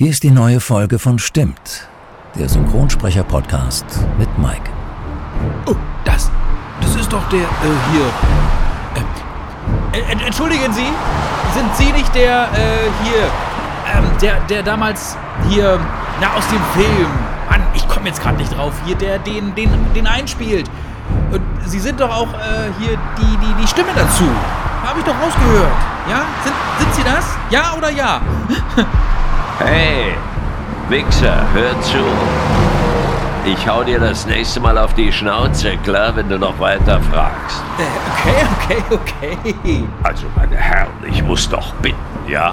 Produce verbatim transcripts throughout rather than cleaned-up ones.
Hier ist die neue Folge von Stimmt, der Synchronsprecher-Podcast mit Mike. Oh, das, das ist doch der, äh, hier. Äh, äh, entschuldigen Sie, sind Sie nicht der, äh, hier, ähm, der, der damals hier, na, aus dem Film, Mann, ich komme jetzt gerade nicht drauf, hier, der den, den, den einspielt. Und Sie sind doch auch, äh, hier, die, die, die Stimme dazu. Habe ich doch rausgehört. Ja? Sind, sind Sie das? Ja oder ja? Hey, Wichser, hör zu. Ich hau dir das nächste Mal auf die Schnauze, klar, wenn du noch weiter fragst. Äh, okay, okay, okay. Also, meine Herren, ich muss doch bitten, ja?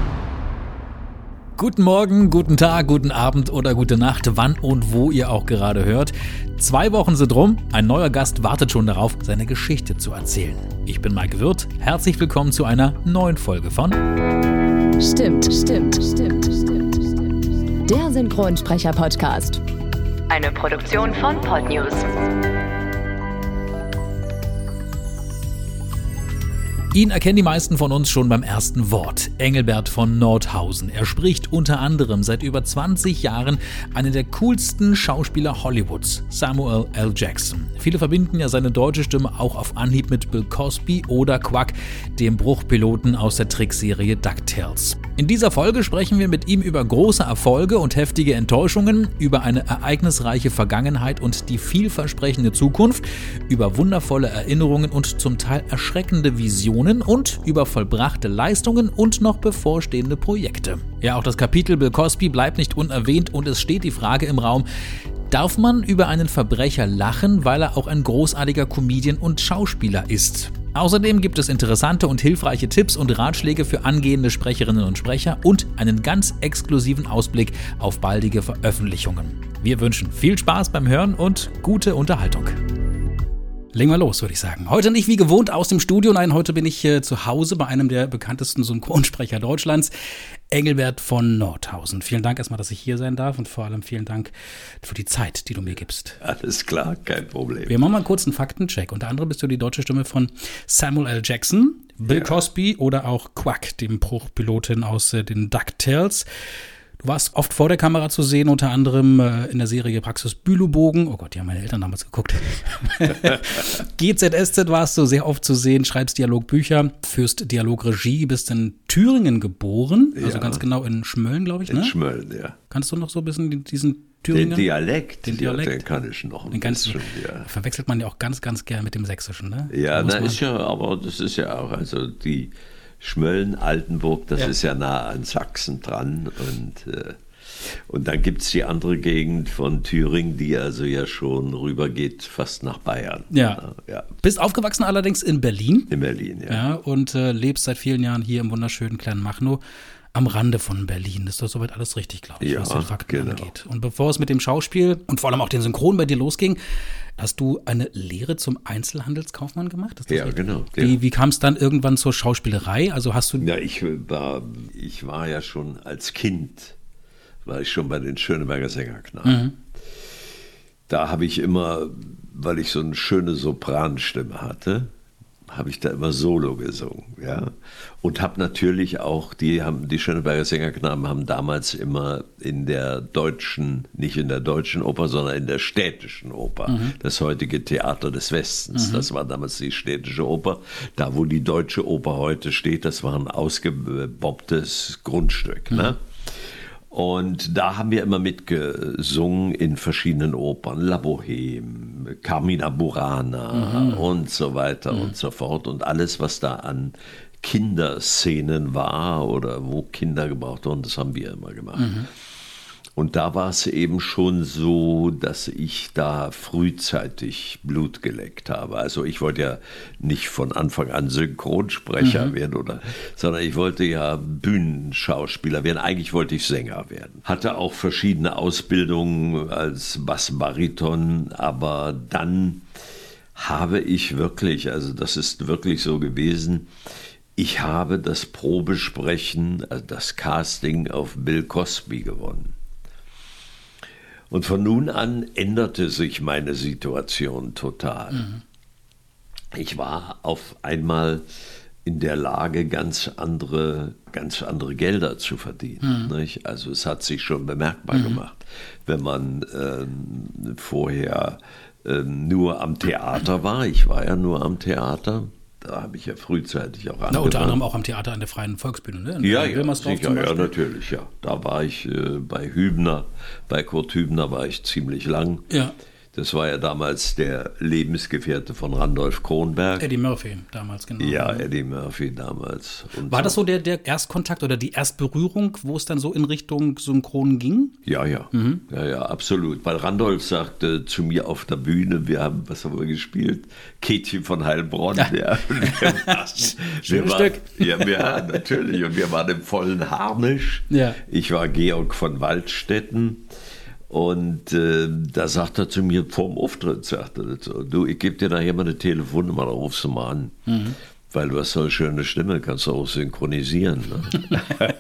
Guten Morgen, guten Tag, guten Abend oder gute Nacht, wann und wo ihr auch gerade hört. Zwei Wochen sind rum, ein neuer Gast wartet schon darauf, seine Geschichte zu erzählen. Ich bin Mike Wirth, herzlich willkommen zu einer neuen Folge von Stimmt, stimmt, stimmt, stimmt, stimmt. Der Synchronsprecher-Podcast. Eine Produktion von Podnews. Ihn erkennen die meisten von uns schon beim ersten Wort. Engelbert von Nordhausen. Er spricht unter anderem seit über zwanzig Jahren einen der coolsten Schauspieler Hollywoods, Samuel L. Jackson. Viele verbinden ja seine deutsche Stimme auch auf Anhieb mit Bill Cosby oder Quack, dem Bruchpiloten aus der Trickserie DuckTales. In dieser Folge sprechen wir mit ihm über große Erfolge und heftige Enttäuschungen, über eine ereignisreiche Vergangenheit und die vielversprechende Zukunft, über wundervolle Erinnerungen und zum Teil erschreckende Visionen und über vollbrachte Leistungen und noch bevorstehende Projekte. Ja, auch das Kapitel Bill Cosby bleibt nicht unerwähnt und es steht die Frage im Raum: Darf man über einen Verbrecher lachen, weil er auch ein großartiger Comedian und Schauspieler ist? Außerdem gibt es interessante und hilfreiche Tipps und Ratschläge für angehende Sprecherinnen und Sprecher und einen ganz exklusiven Ausblick auf baldige Veröffentlichungen. Wir wünschen viel Spaß beim Hören und gute Unterhaltung. Legen wir los, würde ich sagen. Heute nicht wie gewohnt aus dem Studio, nein, heute bin ich äh, zu Hause bei einem der bekanntesten Synchronsprecher Deutschlands, Engelbert von Nordhausen. Vielen Dank erstmal, dass ich hier sein darf und vor allem vielen Dank für die Zeit, die du mir gibst. Alles klar, kein Problem. Wir machen mal kurz einen Faktencheck. Unter anderem bist du die deutsche Stimme von Samuel L. Jackson, Bill ja. Cosby oder auch Quack, dem Bruchpiloten aus äh, den DuckTales. Du warst oft vor der Kamera zu sehen, unter anderem äh, in der Serie Praxis Bülowbogen. Oh Gott, die haben meine Eltern damals geguckt. G Z S Z warst du sehr oft zu sehen, schreibst Dialogbücher, führst Dialogregie, bist in Thüringen geboren, also ja. ganz genau in Schmölln, glaube ich, in ne? In Schmölln, ja. Kannst du noch so ein bisschen diesen Thüringen? Den Dialekt, den, Dialekt. Ja, den kann ich noch ein den bisschen, ja. Verwechselt man ja auch ganz, ganz gern mit dem Sächsischen, ne? Ja, na, ist ja, aber das ist ja auch, also die Schmölln, Altenburg, das ja. ist ja nah an Sachsen dran und äh, Und dann gibt es die andere Gegend von Thüringen, die also ja schon rübergeht fast nach Bayern. Ja. ja. Bist aufgewachsen allerdings in Berlin. In Berlin, ja. ja und äh, lebst seit vielen Jahren hier im wunderschönen kleinen Machnow am Rande von Berlin. Das ist doch soweit alles richtig, glaube ich, ja, was die Fakten genau. angeht. Und bevor es mit dem Schauspiel und vor allem auch den Synchron bei dir losging, hast du eine Lehre zum Einzelhandelskaufmann gemacht? Ist das ja, richtig? genau. Wie, ja. wie kam es dann irgendwann zur Schauspielerei? Also hast du... Ja, ich war, ich war ja schon als Kind, war ich schon bei den Schöneberger Sängerknaben. Mhm. Da habe ich immer, weil ich so eine schöne Sopranstimme hatte, habe ich da immer Solo gesungen, ja. Und habe natürlich auch, die haben, die Schöneberger Sängerknaben haben damals immer in der deutschen, nicht in der deutschen Oper, sondern in der städtischen Oper, mhm. das heutige Theater des Westens, mhm. das war damals die städtische Oper. Da, wo die deutsche Oper heute steht, das war ein ausgebobbtes Grundstück, mhm. ne? Und da haben wir immer mitgesungen in verschiedenen Opern, La Bohème, Carmina Burana mhm. und so weiter mhm. und so fort. Und alles, was da an Kinderszenen war oder wo Kinder gebraucht wurden, das haben wir immer gemacht. Mhm. Und da war es eben schon so, dass ich da frühzeitig Blut geleckt habe. Also ich wollte ja nicht von Anfang an Synchronsprecher mhm. werden, oder, sondern ich wollte ja Bühnenschauspieler werden. Eigentlich wollte ich Sänger werden. Hatte auch verschiedene Ausbildungen als Bassbariton, aber dann habe ich wirklich, also das ist wirklich so gewesen, ich habe das Probesprechen, also das Casting auf Bill Cosby gewonnen. Und von nun an änderte sich meine Situation total. Mhm. Ich war auf einmal in der Lage, ganz andere, ganz andere Gelder zu verdienen. Mhm. Nicht? Also es hat sich schon bemerkbar mhm. gemacht, wenn man ähm, vorher ähm, nur am Theater war. Ich war ja nur am Theater. Da habe ich ja frühzeitig auch angefangen. Na, unter anderem auch am Theater an der Freien Volksbühne, ne? In ja, ja, sicher, ja, natürlich, ja. Da war ich äh, bei Hübner, bei Kurt Hübner war ich ziemlich lang. Ja. Das war ja damals der Lebensgefährte von Randolph Kronberg. Eddie Murphy damals, genau. Ja, Eddie Murphy damals. Und war so. das so der, der Erstkontakt oder die Erstberührung, wo es dann so in Richtung Synchron ging? Ja, ja. Mhm. Ja, ja, absolut. Weil Randolph sagte zu mir auf der Bühne, wir haben, was haben wir gespielt? Käthchen von Heilbronn. Ja. Ja. Wir waren, Schönes wir Stück. Waren, ja, ja, natürlich. Und wir waren im vollen Harnisch. Ja. Ich war Georg von Waldstetten. Und äh, da sagt er zu mir vorm Auftritt, sagt er so, du, ich gebe dir nachher mal eine Telefonnummer, da rufst du mal an. Mhm. Weil du hast so eine schöne Stimme, kannst du auch synchronisieren. Ne?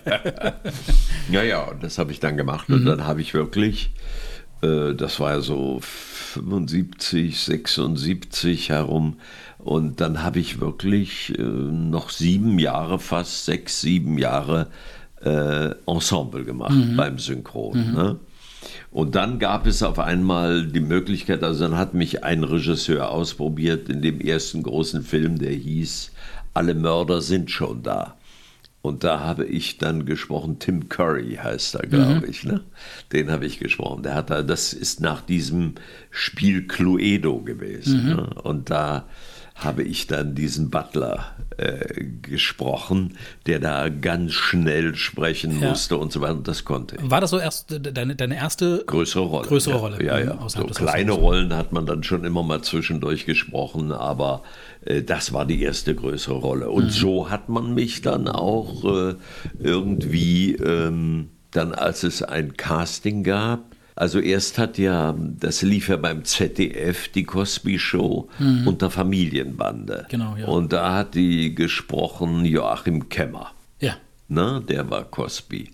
ja, ja, und das habe ich dann gemacht. Mhm. Und dann habe ich wirklich, äh, das war ja so fünfundsiebzig, sechsundsiebzig herum, und dann habe ich wirklich äh, noch sieben Jahre, fast sechs, sieben Jahre äh, Ensemble gemacht mhm. beim Synchron. Mhm. Ne? Und dann gab es auf einmal die Möglichkeit, also dann hat mich ein Regisseur ausprobiert in dem ersten großen Film, der hieß Alle Mörder sind schon da. Und da habe ich dann gesprochen, Tim Curry heißt er, glaube mhm. ich, ne? Den habe ich gesprochen. Der hat da, das ist nach diesem Spiel Cluedo gewesen. Mhm. Ne? Und da habe ich dann diesen Butler äh, gesprochen, der da ganz schnell sprechen ja. musste und so weiter. Und das konnte ich. War das so erst deine, deine erste größere Rolle? Größere ja. Rolle. Ja, ja. So kleine Rollen hat man dann schon immer mal zwischendurch gesprochen, aber äh, das war die erste größere Rolle. Und mhm. so hat man mich dann auch äh, irgendwie, ähm, dann als es ein Casting gab, also erst hat ja, das lief ja beim Z D F, die Cosby Show mhm. unter Familienbande. Genau, ja. Und da hat die gesprochen Joachim Kemmer. Ja. Ne, der war Cosby.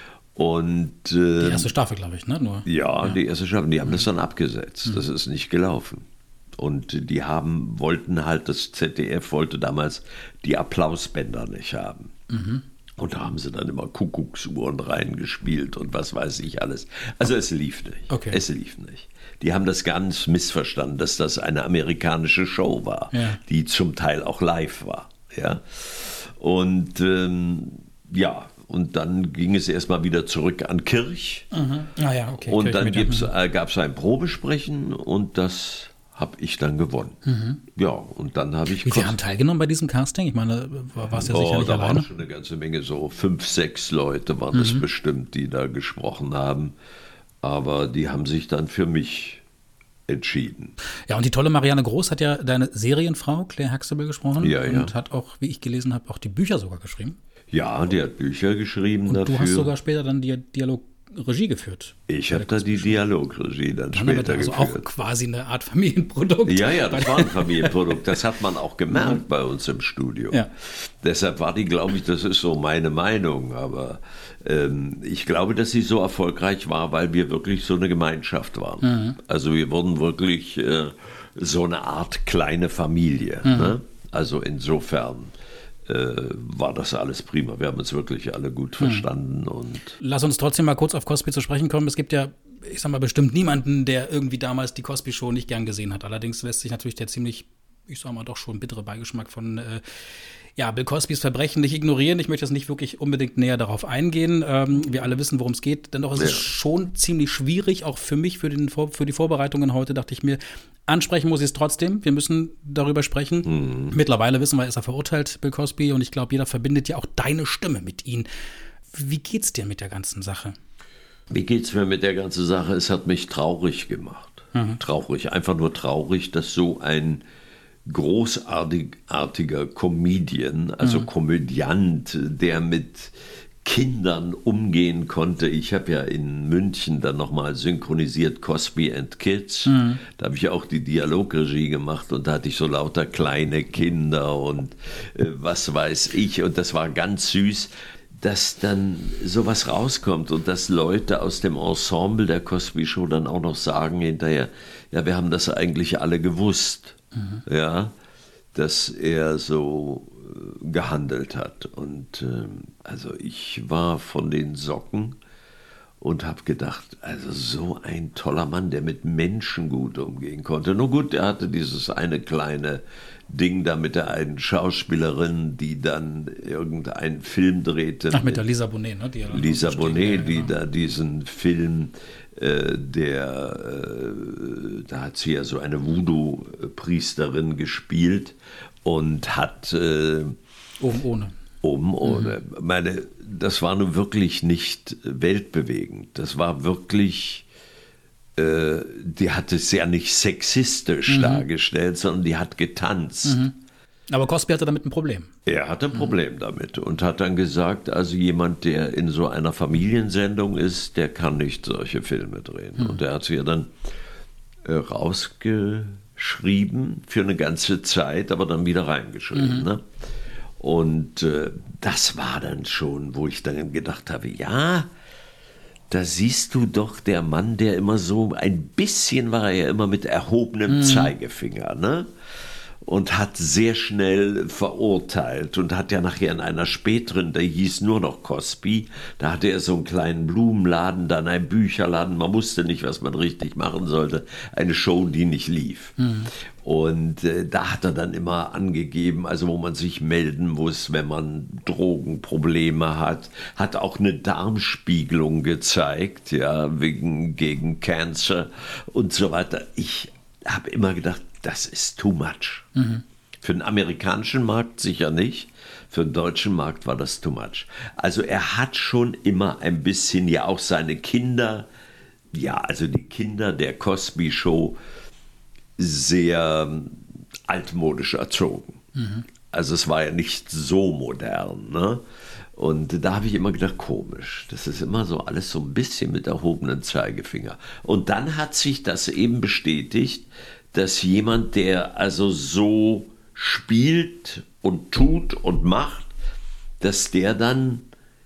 Und, äh, die erste Staffel, glaube ich, ne? Nur. Ja, ja, die erste Staffel. Die haben mhm. das dann abgesetzt. Mhm. Das ist nicht gelaufen. Und die haben, wollten halt, das Z D F wollte damals die Applausbänder nicht haben. Mhm. Und da haben sie dann immer Kuckucksuhren reingespielt und was weiß ich alles. Also es lief nicht. Okay. Es lief nicht. Die haben das ganz missverstanden, dass das eine amerikanische Show war, ja. die zum Teil auch live war. Ja. Und ähm, ja, und dann ging es erstmal wieder zurück an Kirch. Mhm. Ah ja, okay. Und dann äh, gab es ein Probesprechen und das habe ich dann gewonnen. Mhm. Ja, und dann habe ich... Wie viele haben teilgenommen bei diesem Casting? Ich meine, warst du ja oh, sicherlich da alleine. waren schon eine ganze Menge, so fünf, sechs Leute waren es mhm. bestimmt, die da gesprochen haben. Aber die haben sich dann für mich entschieden. Ja, und die tolle Marianne Groß hat ja deine Serienfrau, Claire Huxtable, gesprochen. Ja, ja. Und hat auch, wie ich gelesen habe, auch die Bücher sogar geschrieben. Ja, die hat Bücher geschrieben und dafür. Du hast sogar später dann die Dialog Regie geführt. Ich habe da die Dialogregie dann, dann später also geführt. Also auch quasi eine Art Familienprodukt. Ja, ja, das war ein Familienprodukt. Das hat man auch gemerkt bei uns im Studio. Ja. Deshalb war die, glaube ich, das ist so meine Meinung, aber ähm, ich glaube, dass sie so erfolgreich war, weil wir wirklich so eine Gemeinschaft waren. Mhm. Also wir wurden wirklich äh, so eine Art kleine Familie. Mhm. Ne? Also insofern Äh, war das alles prima. Wir haben uns wirklich alle gut verstanden. Hm. Und lass uns trotzdem mal kurz auf Cosby zu sprechen kommen. Es gibt ja, ich sag mal, bestimmt niemanden, der irgendwie damals die Cosby-Show nicht gern gesehen hat. Allerdings lässt sich natürlich der ziemlich, ich sag mal, doch schon bittere Beigeschmack von äh, ja, Bill Cosbys Verbrechen nicht ignorieren. Ich möchte jetzt nicht wirklich unbedingt näher darauf eingehen. Ähm, wir alle wissen, worum es geht. Dennoch ist ja. es schon ziemlich schwierig, auch für mich, für, den, für die Vorbereitungen heute, dachte ich mir, ansprechen muss ich es trotzdem. Wir müssen darüber sprechen. Mhm. Mittlerweile wissen wir, ist er verurteilt, Bill Cosby. Und ich glaube, jeder verbindet ja auch deine Stimme mit ihm. Wie geht's dir mit der ganzen Sache? Wie geht's mir mit der ganzen Sache? Es hat mich traurig gemacht. Mhm. Traurig, einfach nur traurig, dass so ein großartiger Comedian, also mhm. Komödiant, der mit Kindern umgehen konnte. Ich habe ja in München dann nochmal synchronisiert Cosby and Kids. Mhm. Da habe ich auch die Dialogregie gemacht und da hatte ich so lauter kleine Kinder und äh, was weiß ich. Und das war ganz süß, dass dann sowas rauskommt und dass Leute aus dem Ensemble der Cosby Show dann auch noch sagen hinterher, ja, wir haben das eigentlich alle gewusst. Mhm. Ja, dass er so gehandelt hat. Und äh, also ich war von den Socken und habe gedacht, also so ein toller Mann, der mit Menschen gut umgehen konnte. Nur gut, er hatte dieses eine kleine Ding da mit der einen Schauspielerin, die dann irgendeinen Film drehte. Ach, mit der Lisa Bonet, ne? Die Lisa Bonet, ja, die genau. da diesen Film, äh, der, äh, da hat sie ja so eine Voodoo-Priesterin gespielt und hat... Äh, Oben ohne. Oben ohne. Mhm. Meine, das war nun wirklich nicht weltbewegend. Das war wirklich... die hat es ja nicht sexistisch mhm. dargestellt, sondern die hat getanzt. Mhm. Aber Cosby hatte damit ein Problem. Er hatte ein Problem mhm. damit und hat dann gesagt, also jemand, der in so einer Familiensendung ist, der kann nicht solche Filme drehen. Mhm. Und er hat sie ja dann äh, rausgeschrieben für eine ganze Zeit, aber dann wieder reingeschrieben. Mhm. Ne? Und äh, das war dann schon, wo ich dann gedacht habe, ja, da siehst du doch der Mann, der immer so, ein bisschen war er ja immer mit erhobenem mhm. Zeigefinger, ne? Und hat sehr schnell verurteilt und hat ja nachher in einer späteren, der hieß nur noch Cosby, da hatte er so einen kleinen Blumenladen, dann einen Bücherladen, man wusste nicht, was man richtig machen sollte, eine Show, die nicht lief. Mhm. Und äh, da hat er dann immer angegeben, also wo man sich melden muss, wenn man Drogenprobleme hat, hat auch eine Darmspiegelung gezeigt, ja, wegen, gegen Cancer und so weiter. Ich habe immer gedacht, das ist too much. Mhm. Für den amerikanischen Markt sicher nicht, für den deutschen Markt war das too much. Also er hat schon immer ein bisschen, ja auch seine Kinder, ja, also die Kinder der Cosby-Show sehr altmodisch erzogen. Mhm. Also es war ja nicht so modern, ne? Und da habe ich immer gedacht, komisch, das ist immer so alles so ein bisschen mit erhobenem Zeigefinger. Und dann hat sich das eben bestätigt, dass jemand, der also so spielt und tut und macht, dass der dann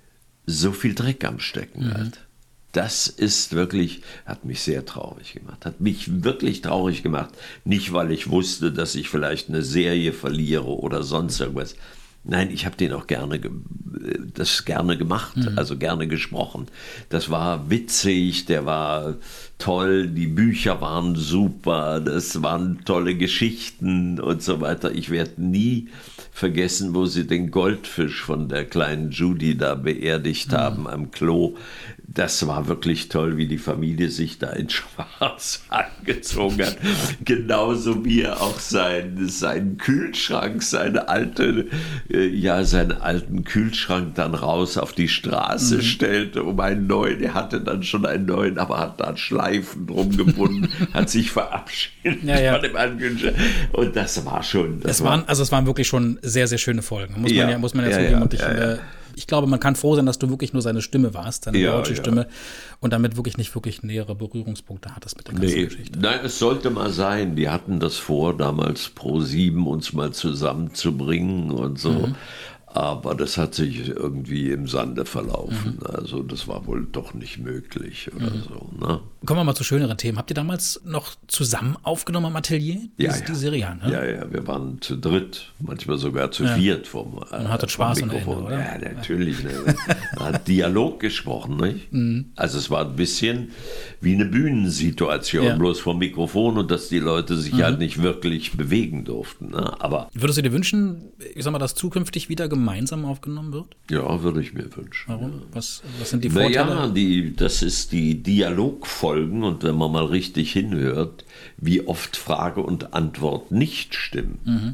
so viel Dreck am Stecken mhm. hat. Das ist wirklich, hat mich sehr traurig gemacht, hat mich wirklich traurig gemacht. Nicht, weil ich wusste, dass ich vielleicht eine Serie verliere oder sonst irgendwas. Nein, ich habe den auch gerne, das gerne gemacht, mhm. also gerne gesprochen. Das war witzig, der war toll, die Bücher waren super, das waren tolle Geschichten und so weiter. Ich werde nie vergessen, wo sie den Goldfisch von der kleinen Judy da beerdigt mhm. haben am Klo. Das war wirklich toll, wie die Familie sich da in Schwarz angezogen hat. Genauso wie er auch seinen, seinen Kühlschrank, seine alte, äh, ja, seinen alten Kühlschrank dann raus auf die Straße mhm. stellte, um einen neuen. Er hatte dann schon einen neuen, aber hat da Schleifen drum gebunden, hat sich verabschiedet ja, ja. von dem alten Kühlschrank. Und das war schon. Das es waren, war, also es waren wirklich schon sehr, sehr schöne Folgen. Muss man ja, ja muss man ja, ja zugeben. Ja, und ich, ja, ja. äh, ich glaube, man kann froh sein, dass du wirklich nur seine Stimme warst, seine ja, deutsche ja. Stimme und damit wirklich nicht wirklich nähere Berührungspunkte hattest mit der ganzen nee, Geschichte. Nein, es sollte mal sein. Die hatten das vor, damals Pro sieben uns mal zusammenzubringen und so. Mhm. Aber das hat sich irgendwie im Sande verlaufen. Mhm. Also das war wohl doch nicht möglich oder mhm. so. Ne? Kommen wir mal zu schöneren Themen. Habt ihr damals noch zusammen aufgenommen am Atelier? Ja, Diese, ja. Die Serie, ne? ja, ja, wir waren zu dritt, manchmal sogar zu ja. viert vom äh, Man hatte Spaß vom am Ende, oder? Ja, natürlich. Ne? Man hat Dialog gesprochen, nicht? Mhm. Also es war ein bisschen wie eine Bühnensituation, ja. bloß vom Mikrofon und dass die Leute sich mhm. halt nicht wirklich bewegen durften. Ne? Aber würdest du dir wünschen, ich sag mal, dass zukünftig wieder gemeinsam aufgenommen wird? Ja, würde ich mir wünschen. Warum? Ja. Was, was sind die Vorteile? Ja, die, das ist die Dialogfolgen und wenn man mal richtig hinhört, wie oft Frage und Antwort nicht stimmen. Mhm.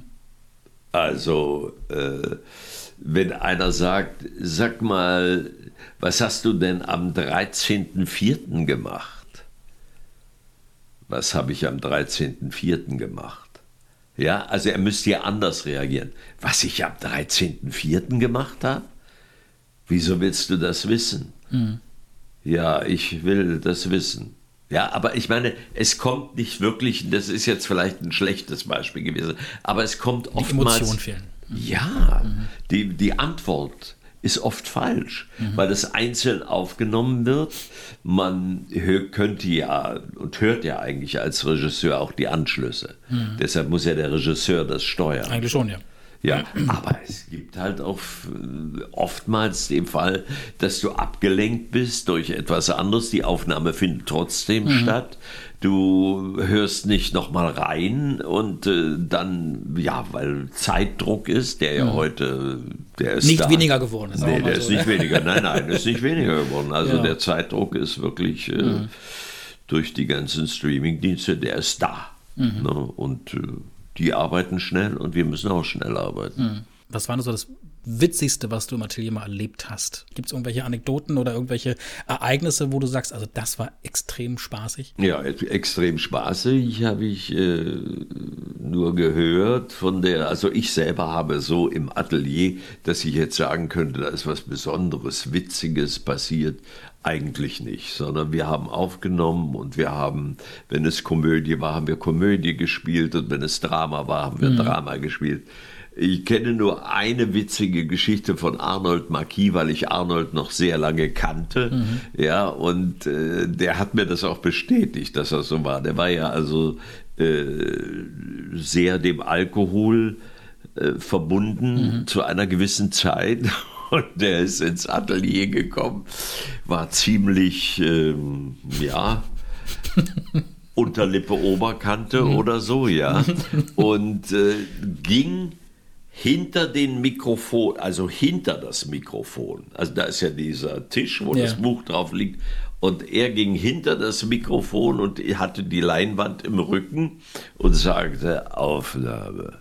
Also, äh, wenn einer sagt, sag mal, was hast du denn am dreizehnten vierten gemacht? Was habe ich am dreizehnten vierten gemacht? Ja, also er müsste ja anders reagieren. Was ich am dreizehnten vierten gemacht habe? Wieso willst du das wissen? Mhm. Ja, ich will das wissen. Ja, aber ich meine, es kommt nicht wirklich, das ist jetzt vielleicht ein schlechtes Beispiel gewesen, aber es kommt oftmals... Die Emotionen fehlen. Ja, mhm. die, die Antwort ist oft falsch, mhm. weil es einzeln aufgenommen wird. Man hör, könnte ja und hört ja eigentlich als Regisseur auch die Anschlüsse. Mhm. Deshalb muss ja der Regisseur das steuern. Eigentlich schon, ja. Ja, aber es gibt halt auch oftmals den Fall, dass du abgelenkt bist durch etwas anderes. Die Aufnahme findet trotzdem mhm. statt. Du hörst nicht nochmal rein und äh, dann, ja, weil Zeitdruck ist, der ja mhm. heute, der ist nicht da. weniger geworden ist. Nee, der so, ist nicht weniger, nein, nein, ist nicht weniger geworden. Also ja. der Zeitdruck ist wirklich äh, mhm. durch die ganzen Streaming-Dienste, der ist da. Mhm. Ne? Und äh, die arbeiten schnell und wir müssen auch schnell arbeiten. Mhm. Was war denn so das Witzigste, was du im Atelier mal erlebt hast? Gibt es irgendwelche Anekdoten oder irgendwelche Ereignisse, wo du sagst, also das war extrem spaßig? Ja, extrem spaßig habe ich äh, nur gehört von der, also ich selber habe so im Atelier, dass ich jetzt sagen könnte, da ist was Besonderes, Witziges passiert. Eigentlich nicht, sondern wir haben aufgenommen und wir haben, wenn es Komödie war, haben wir Komödie gespielt und wenn es Drama war, haben wir mhm. Drama gespielt. Ich kenne nur eine witzige Geschichte von Arnold Marquis, weil ich Arnold noch sehr lange kannte. Mhm. Ja, und äh, der hat mir das auch bestätigt, dass das so war. Der war ja also äh, sehr dem Alkohol äh, verbunden mhm. zu einer gewissen Zeit. Und der ist ins Atelier gekommen, war ziemlich, ähm, ja, Unterlippe, Oberkante mhm. oder so, ja. Und äh, ging hinter den Mikrofon, also hinter das Mikrofon. Also da ist ja dieser Tisch, wo ja. das Buch drauf liegt. Und er ging hinter das Mikrofon und hatte die Leinwand im Rücken und sagte, Aufnahme.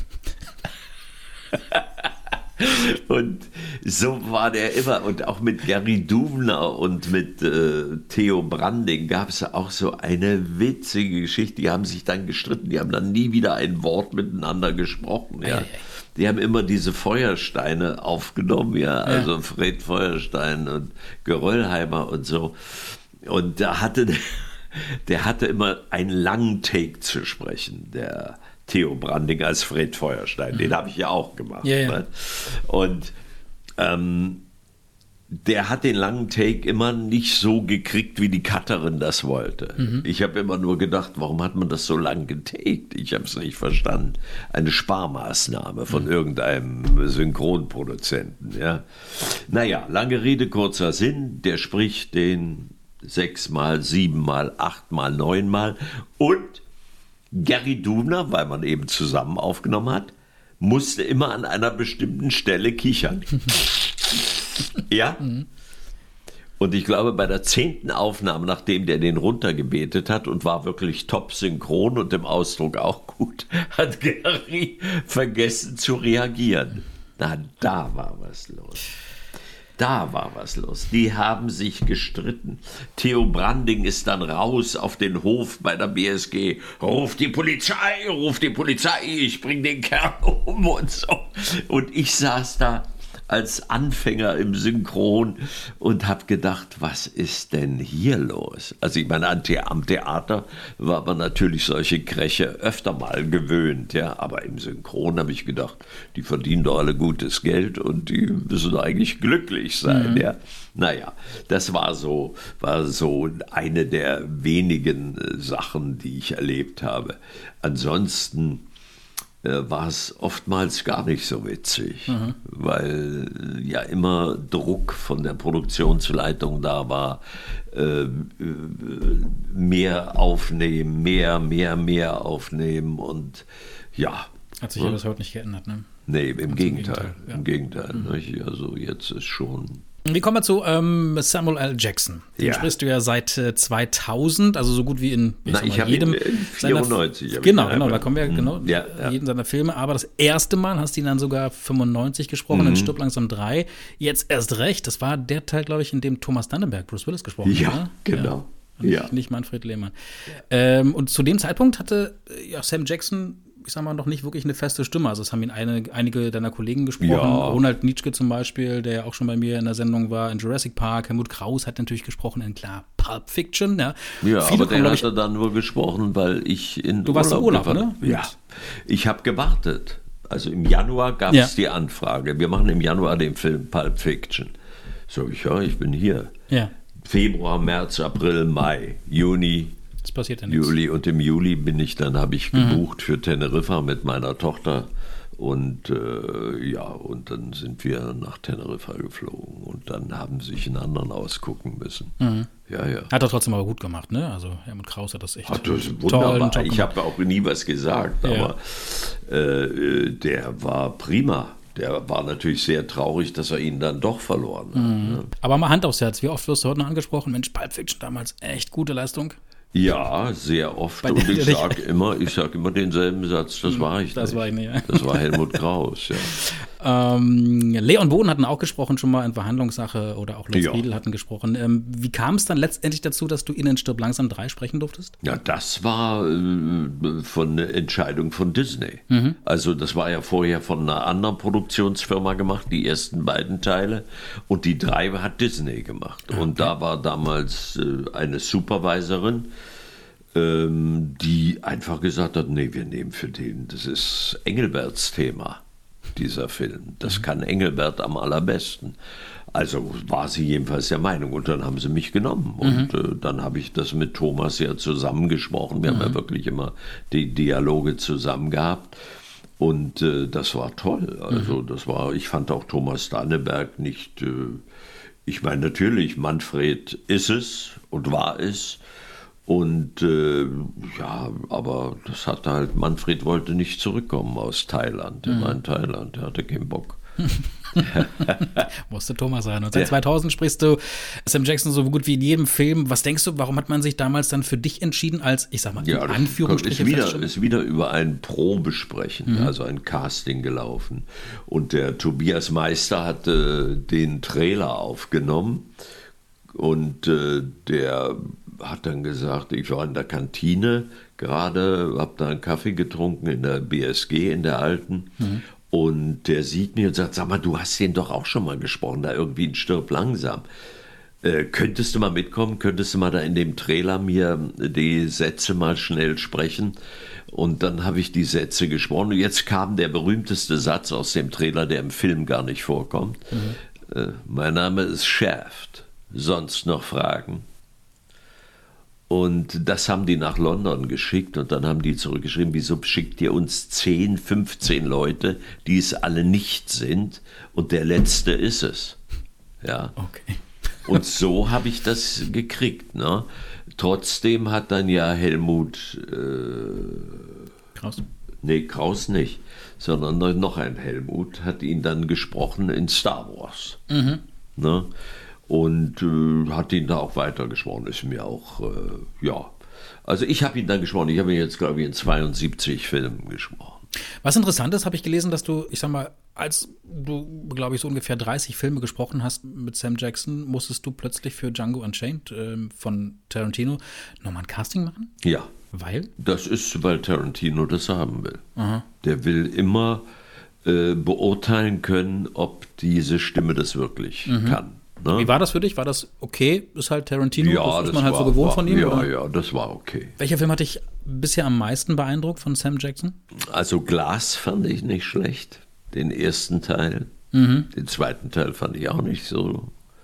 Und so war der immer. Und auch mit Gary Duvner und mit äh, Theo Branding gab es auch so eine witzige Geschichte. Die haben sich dann gestritten. Die haben dann nie wieder ein Wort miteinander gesprochen. Ja. Die haben immer diese Feuersteine aufgenommen. Ja. Also ja. Fred Feuerstein und Geröllheimer und so. Und da hatte der, der hatte immer einen langen Take zu sprechen, der Theo Branding als Fred Feuerstein, den habe ich ja auch gemacht. Ja, ja. Ne? Und ähm, der hat den langen Take immer nicht so gekriegt, wie die Cutterin das wollte. Mhm. Ich habe immer nur gedacht, warum hat man das so lang getaked? Ich habe es nicht verstanden. Eine Sparmaßnahme von mhm. irgendeinem Synchronproduzenten. Ja. Naja, lange Rede, kurzer Sinn. Der spricht den sechsmal, siebenmal, achtmal, neunmal und Gary Duvner, weil man eben zusammen aufgenommen hat, musste immer an einer bestimmten Stelle kichern. Ja? Mhm. Und ich glaube, bei der zehnten Aufnahme, nachdem der den runtergebetet hat und war wirklich top synchron und im Ausdruck auch gut, hat Gary vergessen zu reagieren. Na, da war was los. Da war was los. Die haben sich gestritten. Theo Branding ist dann raus auf den Hof bei der B S G. Ruf die Polizei, ruf die Polizei, ich bring den Kerl um und so. Und ich saß da als Anfänger im Synchron und habe gedacht, was ist denn hier los? Also ich meine, am Theater war man natürlich solche Kräche öfter mal gewöhnt, ja, aber im Synchron habe ich gedacht, die verdienen doch alle gutes Geld und die müssen doch eigentlich glücklich sein, mhm. ja. Naja, das war so, war so eine der wenigen Sachen, die ich erlebt habe. Ansonsten war es oftmals gar nicht so witzig, mhm. weil ja immer Druck von der Produktionsleitung da war, äh, mehr aufnehmen, mehr, mehr, mehr aufnehmen und ja. Hat sich ja bis heute nicht geändert, ne? Nee, im Gegenteil, Gegenteil, ja. im Gegenteil. Mhm. Also jetzt ist schon... Wir kommen wir zu ähm, Samuel L. Jackson. Den ja. sprichst du ja seit äh, zweitausend, also so gut wie in ich Na, ich mal, jedem ihn vierundneunzig. Seiner, genau, genau, da kommen wir genau ja, ja. jeden seiner Filme. Aber das erste Mal hast du ihn dann sogar fünfundneunzig gesprochen, mhm. in Stirb langsam drei. Jetzt erst recht, das war der Teil, glaube ich, in dem Thomas Dannenberg Bruce Willis gesprochen hat. Ja, oder? genau. Ja. Nicht, ja. nicht Manfred Lehmann. Ähm, und zu dem Zeitpunkt hatte ja, Sam Jackson, ich sag mal, noch nicht wirklich eine feste Stimme. Also es haben ihn eine, einige deiner Kollegen gesprochen. Ja. Ronald Nietzsche zum Beispiel, der ja auch schon bei mir in der Sendung war, in Jurassic Park. Helmut Kraus hat natürlich gesprochen in, klar, Pulp Fiction. Ja, ja aber den hat er dann nur gesprochen, weil ich in Du warst Urlaub im Urlaub, ne? Ja. Ich habe gewartet. Also im Januar gab es ja. die Anfrage. Wir machen im Januar den Film Pulp Fiction. So, ich, ja, ich bin hier. Ja. Februar, März, April, Mai, Juni, das passiert ja nichts. Juli und im Juli bin ich dann, habe ich gebucht mhm. für Teneriffa mit meiner Tochter Und äh, ja, und dann sind wir nach Teneriffa geflogen und dann haben sie sich einen anderen ausgucken müssen. Mhm. Ja, ja. Hat er trotzdem aber gut gemacht, ne? Also Helmut Krauss hat das echt hat das wunderbar. Toll, ich habe auch nie was gesagt, ja. aber äh, der war prima. Der war natürlich sehr traurig, dass er ihn dann doch verloren hat. Mhm. Ne? Aber mal Hand aufs Herz, wie oft wirst du heute noch angesprochen? Mensch, Pulp Fiction damals, echt gute Leistung. Ja, sehr oft. Und ich sage immer, ich sag immer denselben Satz, das war ich das nicht. War ich nicht ja. Das war Helmut Krauss, ja. Ähm, Leon Boden hatten auch gesprochen, schon mal in Verhandlungssache, oder auch Lutz ja. Riedel hatten gesprochen. Ähm, wie kam es dann letztendlich dazu, dass du in Stirb langsam drei sprechen durftest? Ja, das war äh, von einer Entscheidung von Disney. Mhm. Also das war ja vorher von einer anderen Produktionsfirma gemacht, die ersten beiden Teile. Und die drei hat Disney gemacht. Okay. Und da war damals äh, eine Supervisorin, ähm, die einfach gesagt hat, nee, wir nehmen für den, das ist Engelberts Thema. Dieser Film. Das kann Engelbert am allerbesten. Also war sie jedenfalls der Meinung. Und dann haben sie mich genommen. Und mhm. äh, dann habe ich das mit Thomas ja zusammengesprochen. Wir mhm. haben ja wirklich immer die Dialoge zusammen gehabt. Und äh, das war toll. Also mhm. das war, ich fand auch Thomas Danneberg nicht, äh, ich meine natürlich, Manfred ist es und war es. Und äh, ja, aber das hatte halt, Manfred wollte nicht zurückkommen aus Thailand. Er mhm. war in Thailand, er hatte keinen Bock. Musste Thomas sein. Und seit ja. zweitausend sprichst du Sam Jackson so gut wie in jedem Film. Was denkst du, warum hat man sich damals dann für dich entschieden als, ich sag mal, ja, in Anführungsstrichen? Ist wieder, ist wieder über ein Probesprechen, mhm. also ein Casting gelaufen. Und der Tobias Meister hatte den Trailer aufgenommen und äh, der hat dann gesagt, ich war in der Kantine gerade, habe da einen Kaffee getrunken in der B S G, in der alten. Mhm. Und der sieht mich und sagt, sag mal, du hast den doch auch schon mal gesprochen, da irgendwie in Stirb langsam. Äh, könntest du mal mitkommen, könntest du mal da in dem Trailer mir die Sätze mal schnell sprechen? Und dann habe ich die Sätze gesprochen. Und jetzt kam der berühmteste Satz aus dem Trailer, der im Film gar nicht vorkommt. Mhm. Äh, mein Name ist Shaft. Sonst noch Fragen? Und das haben die nach London geschickt und dann haben die zurückgeschrieben, wieso schickt ihr uns zehn, fünfzehn Leute, die es alle nicht sind und der Letzte ist es. Ja. Okay. Und so habe ich das gekriegt. Ne? Trotzdem hat dann ja Helmut äh, Krauss? Nee, Krauss nicht, sondern noch ein Helmut hat ihn dann gesprochen in Star Wars. Mhm. Ne? Und äh, hat ihn da auch weitergesprochen, ist mir auch, äh, ja. Also ich habe ihn dann gesprochen, ich habe ihn jetzt, glaube ich, in zweiundsiebzig Filmen gesprochen. Was interessant ist, habe ich gelesen, dass du, ich sag mal, als du, glaube ich, so ungefähr dreißig Filme gesprochen hast mit Sam Jackson, musstest du plötzlich für Django Unchained äh, von Tarantino nochmal ein Casting machen? Ja. Weil? Das ist, weil Tarantino das haben will. Aha. Der will immer äh, beurteilen können, ob diese Stimme das wirklich mhm. kann. Ne? Wie war das für dich? War das okay? Ist halt Tarantino? Ja, das ist das man halt war, so gewohnt war, von ihm? Ja, oder? ja, das war okay. Welcher Film hat dich bisher am meisten beeindruckt von Sam Jackson? Also Glass fand ich nicht schlecht. Den ersten Teil. Mhm. Den zweiten Teil fand ich auch nicht so.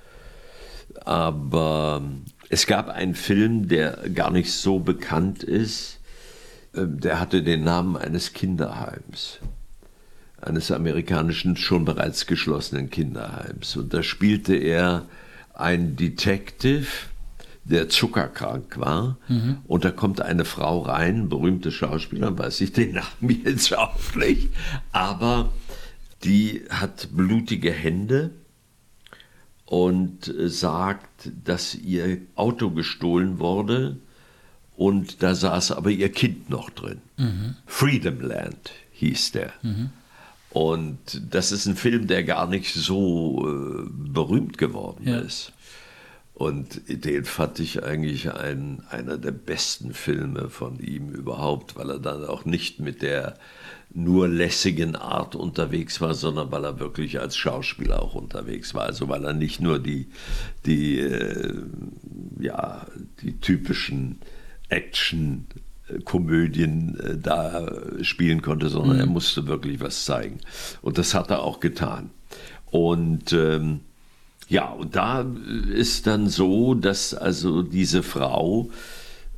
Aber es gab einen Film, der gar nicht so bekannt ist. Der hatte den Namen eines Kinderheims. Eines amerikanischen, schon bereits geschlossenen Kinderheims. Und da spielte er einen Detective, der zuckerkrank war. Mhm. Und da kommt eine Frau rein, berühmte Schauspielerin, weiß ich den Namen jetzt auch nicht, aber die hat blutige Hände und sagt, dass ihr Auto gestohlen wurde und da saß aber ihr Kind noch drin. Mhm. Freedom Land hieß der. Mhm. Und das ist ein Film, der gar nicht so äh, berühmt geworden ja. ist. Und den fand ich eigentlich ein, einer der besten Filme von ihm überhaupt, weil er dann auch nicht mit der nur lässigen Art unterwegs war, sondern weil er wirklich als Schauspieler auch unterwegs war. Also weil er nicht nur die, die, äh, ja, die typischen Action- Komödien äh, da spielen konnte, sondern mhm. er musste wirklich was zeigen. Und das hat er auch getan. Und ähm, ja, und da ist dann so, dass also diese Frau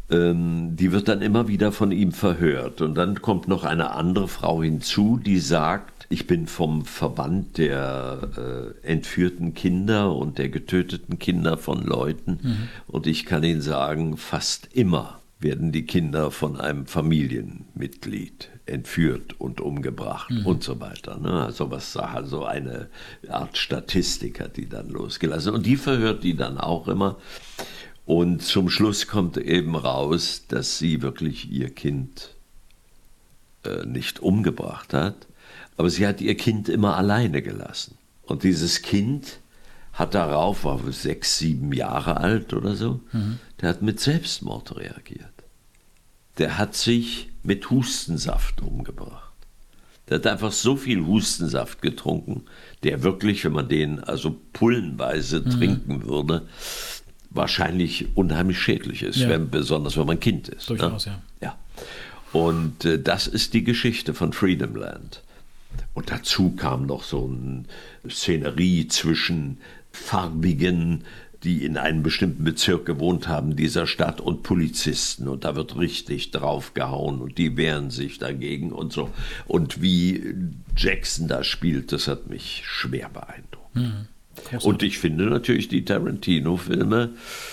ähm, die wird dann immer wieder von ihm verhört. Und dann kommt noch eine andere Frau hinzu, die sagt, ich bin vom Verband der äh, entführten Kinder und der getöteten Kinder von Leuten. Mhm. Und ich kann Ihnen sagen, fast immer werden die Kinder von einem Familienmitglied entführt und umgebracht mhm. und so weiter. Ne? Also was also eine Art Statistik hat die dann losgelassen. Und die verhört die dann auch immer. Und zum Schluss kommt eben raus, dass sie wirklich ihr Kind äh, nicht umgebracht hat, aber sie hat ihr Kind immer alleine gelassen. Und dieses Kind hat darauf, war sechs, sieben Jahre alt oder so, mhm. der hat mit Selbstmord reagiert. Der hat sich mit Hustensaft umgebracht. Der hat einfach so viel Hustensaft getrunken, der wirklich, wenn man den also pullenweise mhm. trinken würde, wahrscheinlich unheimlich schädlich ist, ja. wenn, besonders wenn man Kind ist. Durchaus, ne? ja. ja. Und äh, das ist die Geschichte von Freedom Land. Und dazu kam noch so eine Szenerie zwischen Farbigen, die in einem bestimmten Bezirk gewohnt haben, dieser Stadt, und Polizisten. Und da wird richtig draufgehauen und die wehren sich dagegen und so. Und wie Jackson da spielt, das hat mich schwer beeindruckt. Mhm. Und ich finde natürlich die Tarantino-Filme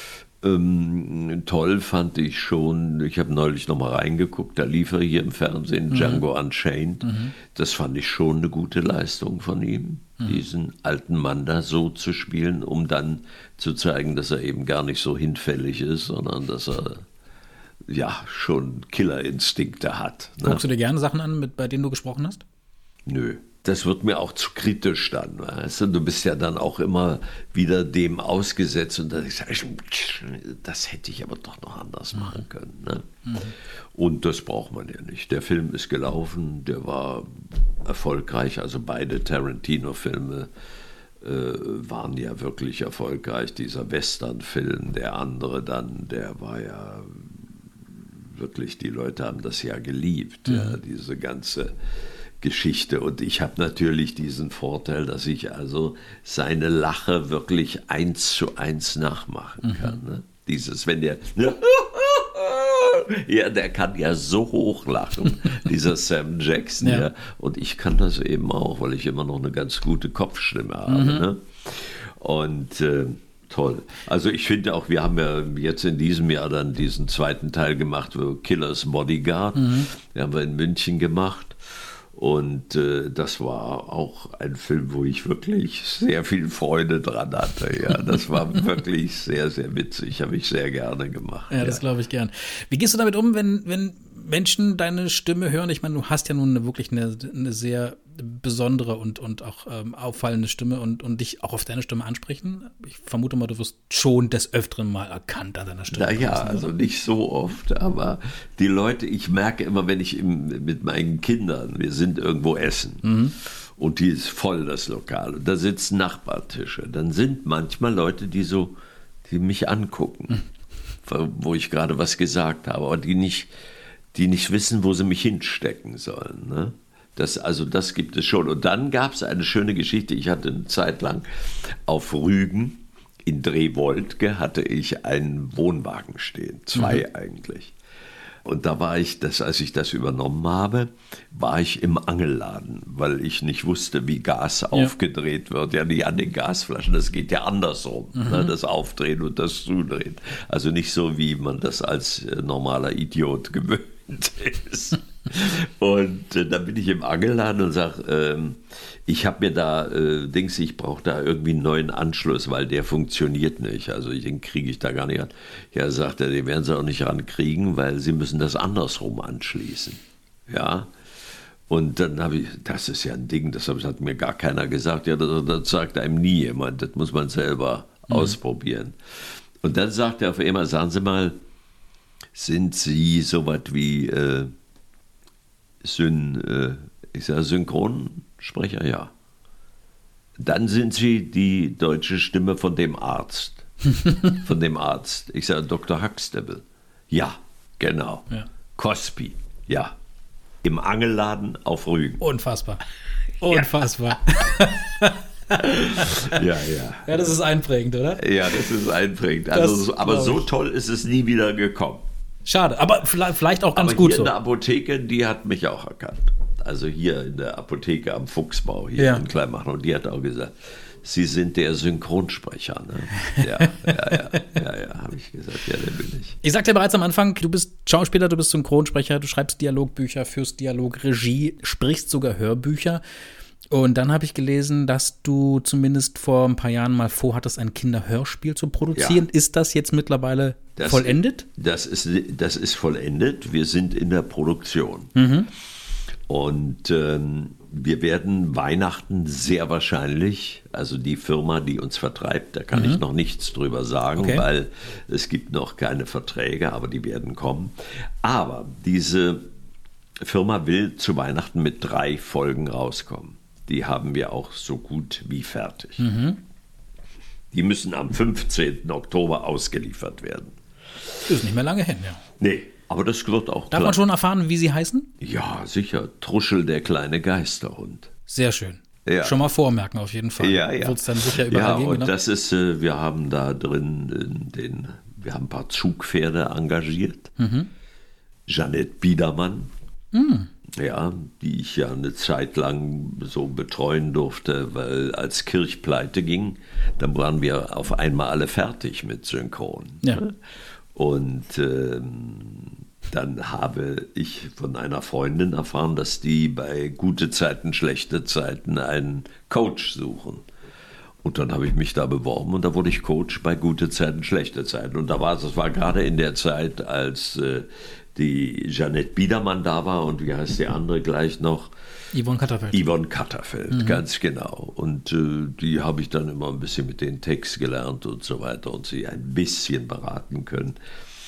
ähm, toll, fand ich schon. Ich habe neulich noch mal reingeguckt, da lief er hier im Fernsehen, mhm. Django Unchained. Mhm. Das fand ich schon eine gute Leistung von ihm, mhm. diesen alten Mann da so zu spielen, um dann zu zeigen, dass er eben gar nicht so hinfällig ist, sondern dass er ja schon Killerinstinkte hat. Ne? Guckst du dir gerne Sachen an, mit, bei denen du gesprochen hast? Nö. Das wird mir auch zu kritisch dann, weißt du? Du bist ja dann auch immer wieder dem ausgesetzt und dann sage ich, das hätte ich aber doch noch anders machen können. Ne? Mhm. Und das braucht man ja nicht. Der Film ist gelaufen, der war erfolgreich, also beide Tarantino-Filme äh, waren ja wirklich erfolgreich. Dieser Western-Film, der andere dann, der war ja wirklich, die Leute haben das ja geliebt, mhm. ja, diese ganze Geschichte. Und ich habe natürlich diesen Vorteil, dass ich also seine Lache wirklich eins zu eins nachmachen kann. Mhm. Ne? Dieses, wenn der ja, der kann ja so hoch lachen, dieser Sam Jackson. Ja. Ja. Und ich kann das eben auch, weil ich immer noch eine ganz gute Kopfstimme habe. Mhm. Ne? Und äh, toll. Also ich finde auch, wir haben ja jetzt in diesem Jahr dann diesen zweiten Teil gemacht, Killers Bodyguard. Mhm. Den haben wir in München gemacht. Und äh, das war auch ein Film, wo ich wirklich sehr viel Freude dran hatte. Ja, das war wirklich sehr, sehr witzig. Habe ich sehr gerne gemacht. Ja, das ja. glaube ich gern. Wie gehst du damit um, wenn, wenn Menschen deine Stimme hören? Ich meine, du hast ja nun eine, wirklich eine, eine sehr besondere und, und auch ähm, auffallende Stimme und, und dich auch auf deine Stimme ansprechen. Ich vermute mal, du wirst schon des Öfteren mal erkannt an deiner Stimme. Naja, also nicht so oft, aber die Leute, ich merke immer, wenn ich im, mit meinen Kindern, wir sind irgendwo essen mhm. und die ist voll, das Lokal, und da sitzen Nachbartische, dann sind manchmal Leute, die so, die mich angucken, mhm. wo ich gerade was gesagt habe, aber die nicht, die nicht wissen, wo sie mich hinstecken sollen, ne? Das, also das gibt es schon. Und dann gab es eine schöne Geschichte. Ich hatte eine Zeit lang auf Rügen in Drehwoldke hatte ich einen Wohnwagen stehen. Zwei mhm. eigentlich. Und da war ich, das, als ich das übernommen habe, war ich im Angelladen, weil ich nicht wusste, wie Gas ja. aufgedreht wird. Ja, nicht an den Gasflaschen, das geht ja andersrum. Mhm. Ne, das Aufdrehen und das Zudrehen. Also nicht so, wie man das als normaler Idiot gewöhnt ist. Und äh, dann bin ich im Angelladen und sage, ähm, ich habe mir da, äh, Dings, ich brauche da irgendwie einen neuen Anschluss, weil der funktioniert nicht. Also den kriege ich da gar nicht an. Ja, sagt er, den werden Sie auch nicht rankriegen, weil Sie müssen das andersrum anschließen. Ja. Und dann habe ich, das ist ja ein Ding, das hat mir gar keiner gesagt. Ja, das, das sagt einem nie jemand, das muss man selber mhm. ausprobieren. Und dann sagt er auf einmal, sagen Sie mal, sind Sie so was wie äh, Syn, äh, ich sage Synchronsprecher? Ja. Dann sind Sie die deutsche Stimme von dem Arzt. von dem Arzt. Ich sage Doktor Huxtable. Ja, genau. Ja. Cosby. Ja. Im Angelladen auf Rügen. Unfassbar. Unfassbar. ja, ja. Ja, das ist einprägend, oder? Ja, das ist einprägend. Also, aber so toll ist es nie wieder gekommen. Schade, aber vielleicht auch ganz aber gut hier so. in der Apotheke, die hat mich auch erkannt. Also hier in der Apotheke am Fuchsbau, hier Ja. in Kleinmachnow. Und die hat auch gesagt, Sie sind der Synchronsprecher, ne? Ja, ja, ja, ja, ja, habe ich gesagt, ja, der bin ich. Ich sagte ja bereits am Anfang, du bist Schauspieler, du bist Synchronsprecher, du schreibst Dialogbücher, führst Dialogregie, sprichst sogar Hörbücher. Und dann habe ich gelesen, dass du zumindest vor ein paar Jahren mal vorhattest, ein Kinderhörspiel zu produzieren. Ja. Ist das jetzt mittlerweile Das, vollendet? Das ist, das ist vollendet. Wir sind in der Produktion. Mhm. Und ähm, wir werden Weihnachten sehr wahrscheinlich, also die Firma, die uns vertreibt, da kann Mhm. ich noch nichts drüber sagen, Okay. weil es gibt noch keine Verträge, aber die werden kommen. Aber diese Firma will zu Weihnachten mit drei Folgen rauskommen. Die haben wir auch so gut wie fertig. Mhm. Die müssen am fünfzehnten Oktober ausgeliefert werden. Ist nicht mehr lange hin, ja. Nee, aber das wird auch Darf man schon erfahren, wie sie heißen? Ja, sicher. Truschel, der kleine Geisterhund. Sehr schön. Ja. Schon mal vormerken auf jeden Fall. Ja, ja. Wird es dann sicher überall Ja, gehen, und genau? das ist, äh, wir haben da drin äh, den, wir haben ein paar Zugpferde engagiert. Mhm. Jeanette Biedermann, Mhm. ja, die ich ja eine Zeit lang so betreuen durfte, weil als Kirch pleite ging, dann waren wir auf einmal alle fertig mit Synchron. Ja. Ne? Und ähm, dann habe ich von einer Freundin erfahren, dass die bei gute Zeiten, schlechte Zeiten einen Coach suchen. Und dann habe ich mich da beworben und da wurde ich Coach bei gute Zeiten, schlechte Zeiten. Und da war es, das war gerade in der Zeit, als äh, die Jeanette Biedermann da war und wie heißt die andere gleich noch? Yvonne Katterfeld. Yvonne Katterfeld, mhm. ganz genau. Und äh, die habe ich dann immer ein bisschen mit den Text gelernt und so weiter und sie ein bisschen beraten können.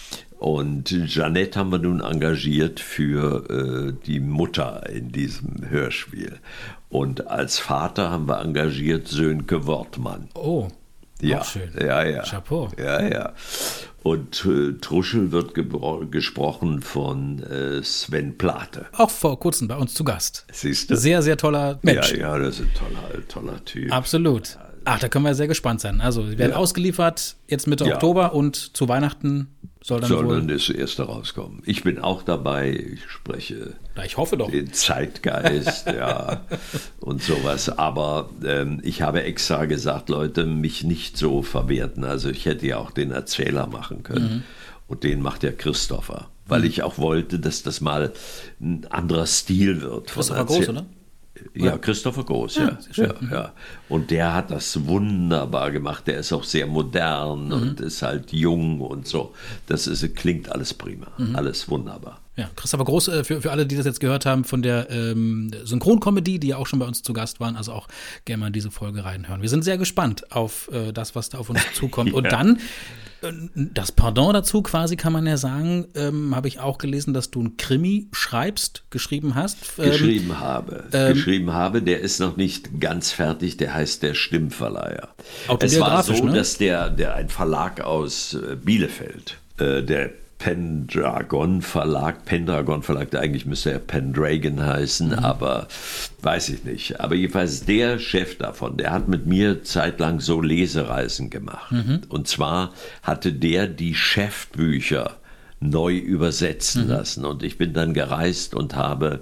Und Jeanette haben wir nun engagiert für äh, die Mutter in diesem Hörspiel. Und als Vater haben wir engagiert Sönke Wortmann. Oh, ja, auch schön. Ja, ja. Chapeau. Ja, ja. Und äh, Truschel wird gesprochen von äh, Sven Plate. Auch vor kurzem bei uns zu Gast. Siehst du? Sehr, sehr toller Mensch. Ja, ja, das ist ein toller, toller Typ. Absolut. Ach, da können wir sehr gespannt sein. Also, sie werden Ja. ausgeliefert jetzt Mitte Ja. Oktober und zu Weihnachten soll dann Soll wohl... dann das erste rauskommen. Ich bin auch dabei, ich spreche Na, ich hoffe doch. den Zeitgeist, ja, und sowas. Aber ähm, ich habe extra gesagt, Leute, mich nicht so verwerten. Also ich hätte ja auch den Erzähler machen können. Mhm. Und den macht ja Christopher. Weil ich auch wollte, dass das mal ein anderer Stil wird. von Christopher Erzähl- Groß, oder? Ja, Christopher Groß, ja. sehr schön. ja, ja. Und der hat das wunderbar gemacht. Der ist auch sehr modern Mhm. und ist halt jung und so. Das ist, klingt alles prima, Mhm. alles wunderbar. Ja, Christopher Groß, äh, für, für alle, die das jetzt gehört haben, von der ähm, Synchronkomödie, die ja auch schon bei uns zu Gast waren, also auch gerne mal in diese Folge reinhören. Wir sind sehr gespannt auf äh, das, was da auf uns zukommt. Und dann, äh, das Pardon dazu quasi, kann man ja sagen, ähm, habe ich auch gelesen, dass du einen Krimi schreibst, geschrieben hast. Ähm, Geschrieben habe. ähm, Geschrieben habe, der ist noch nicht ganz fertig, der heißt der Stimmverleiher. Es war Autobiografisch, so, ne? dass der, der ein Verlag aus äh, Bielefeld, äh, der Pendragon Verlag, Pendragon Verlag, eigentlich müsste er Pendragon heißen, Mhm. aber weiß ich nicht. Aber jedenfalls der Chef davon, der hat mit mir zeitlang so Lesereisen gemacht. Mhm. Und zwar hatte der die Chefbücher neu übersetzen Mhm. lassen. Und ich bin dann gereist und habe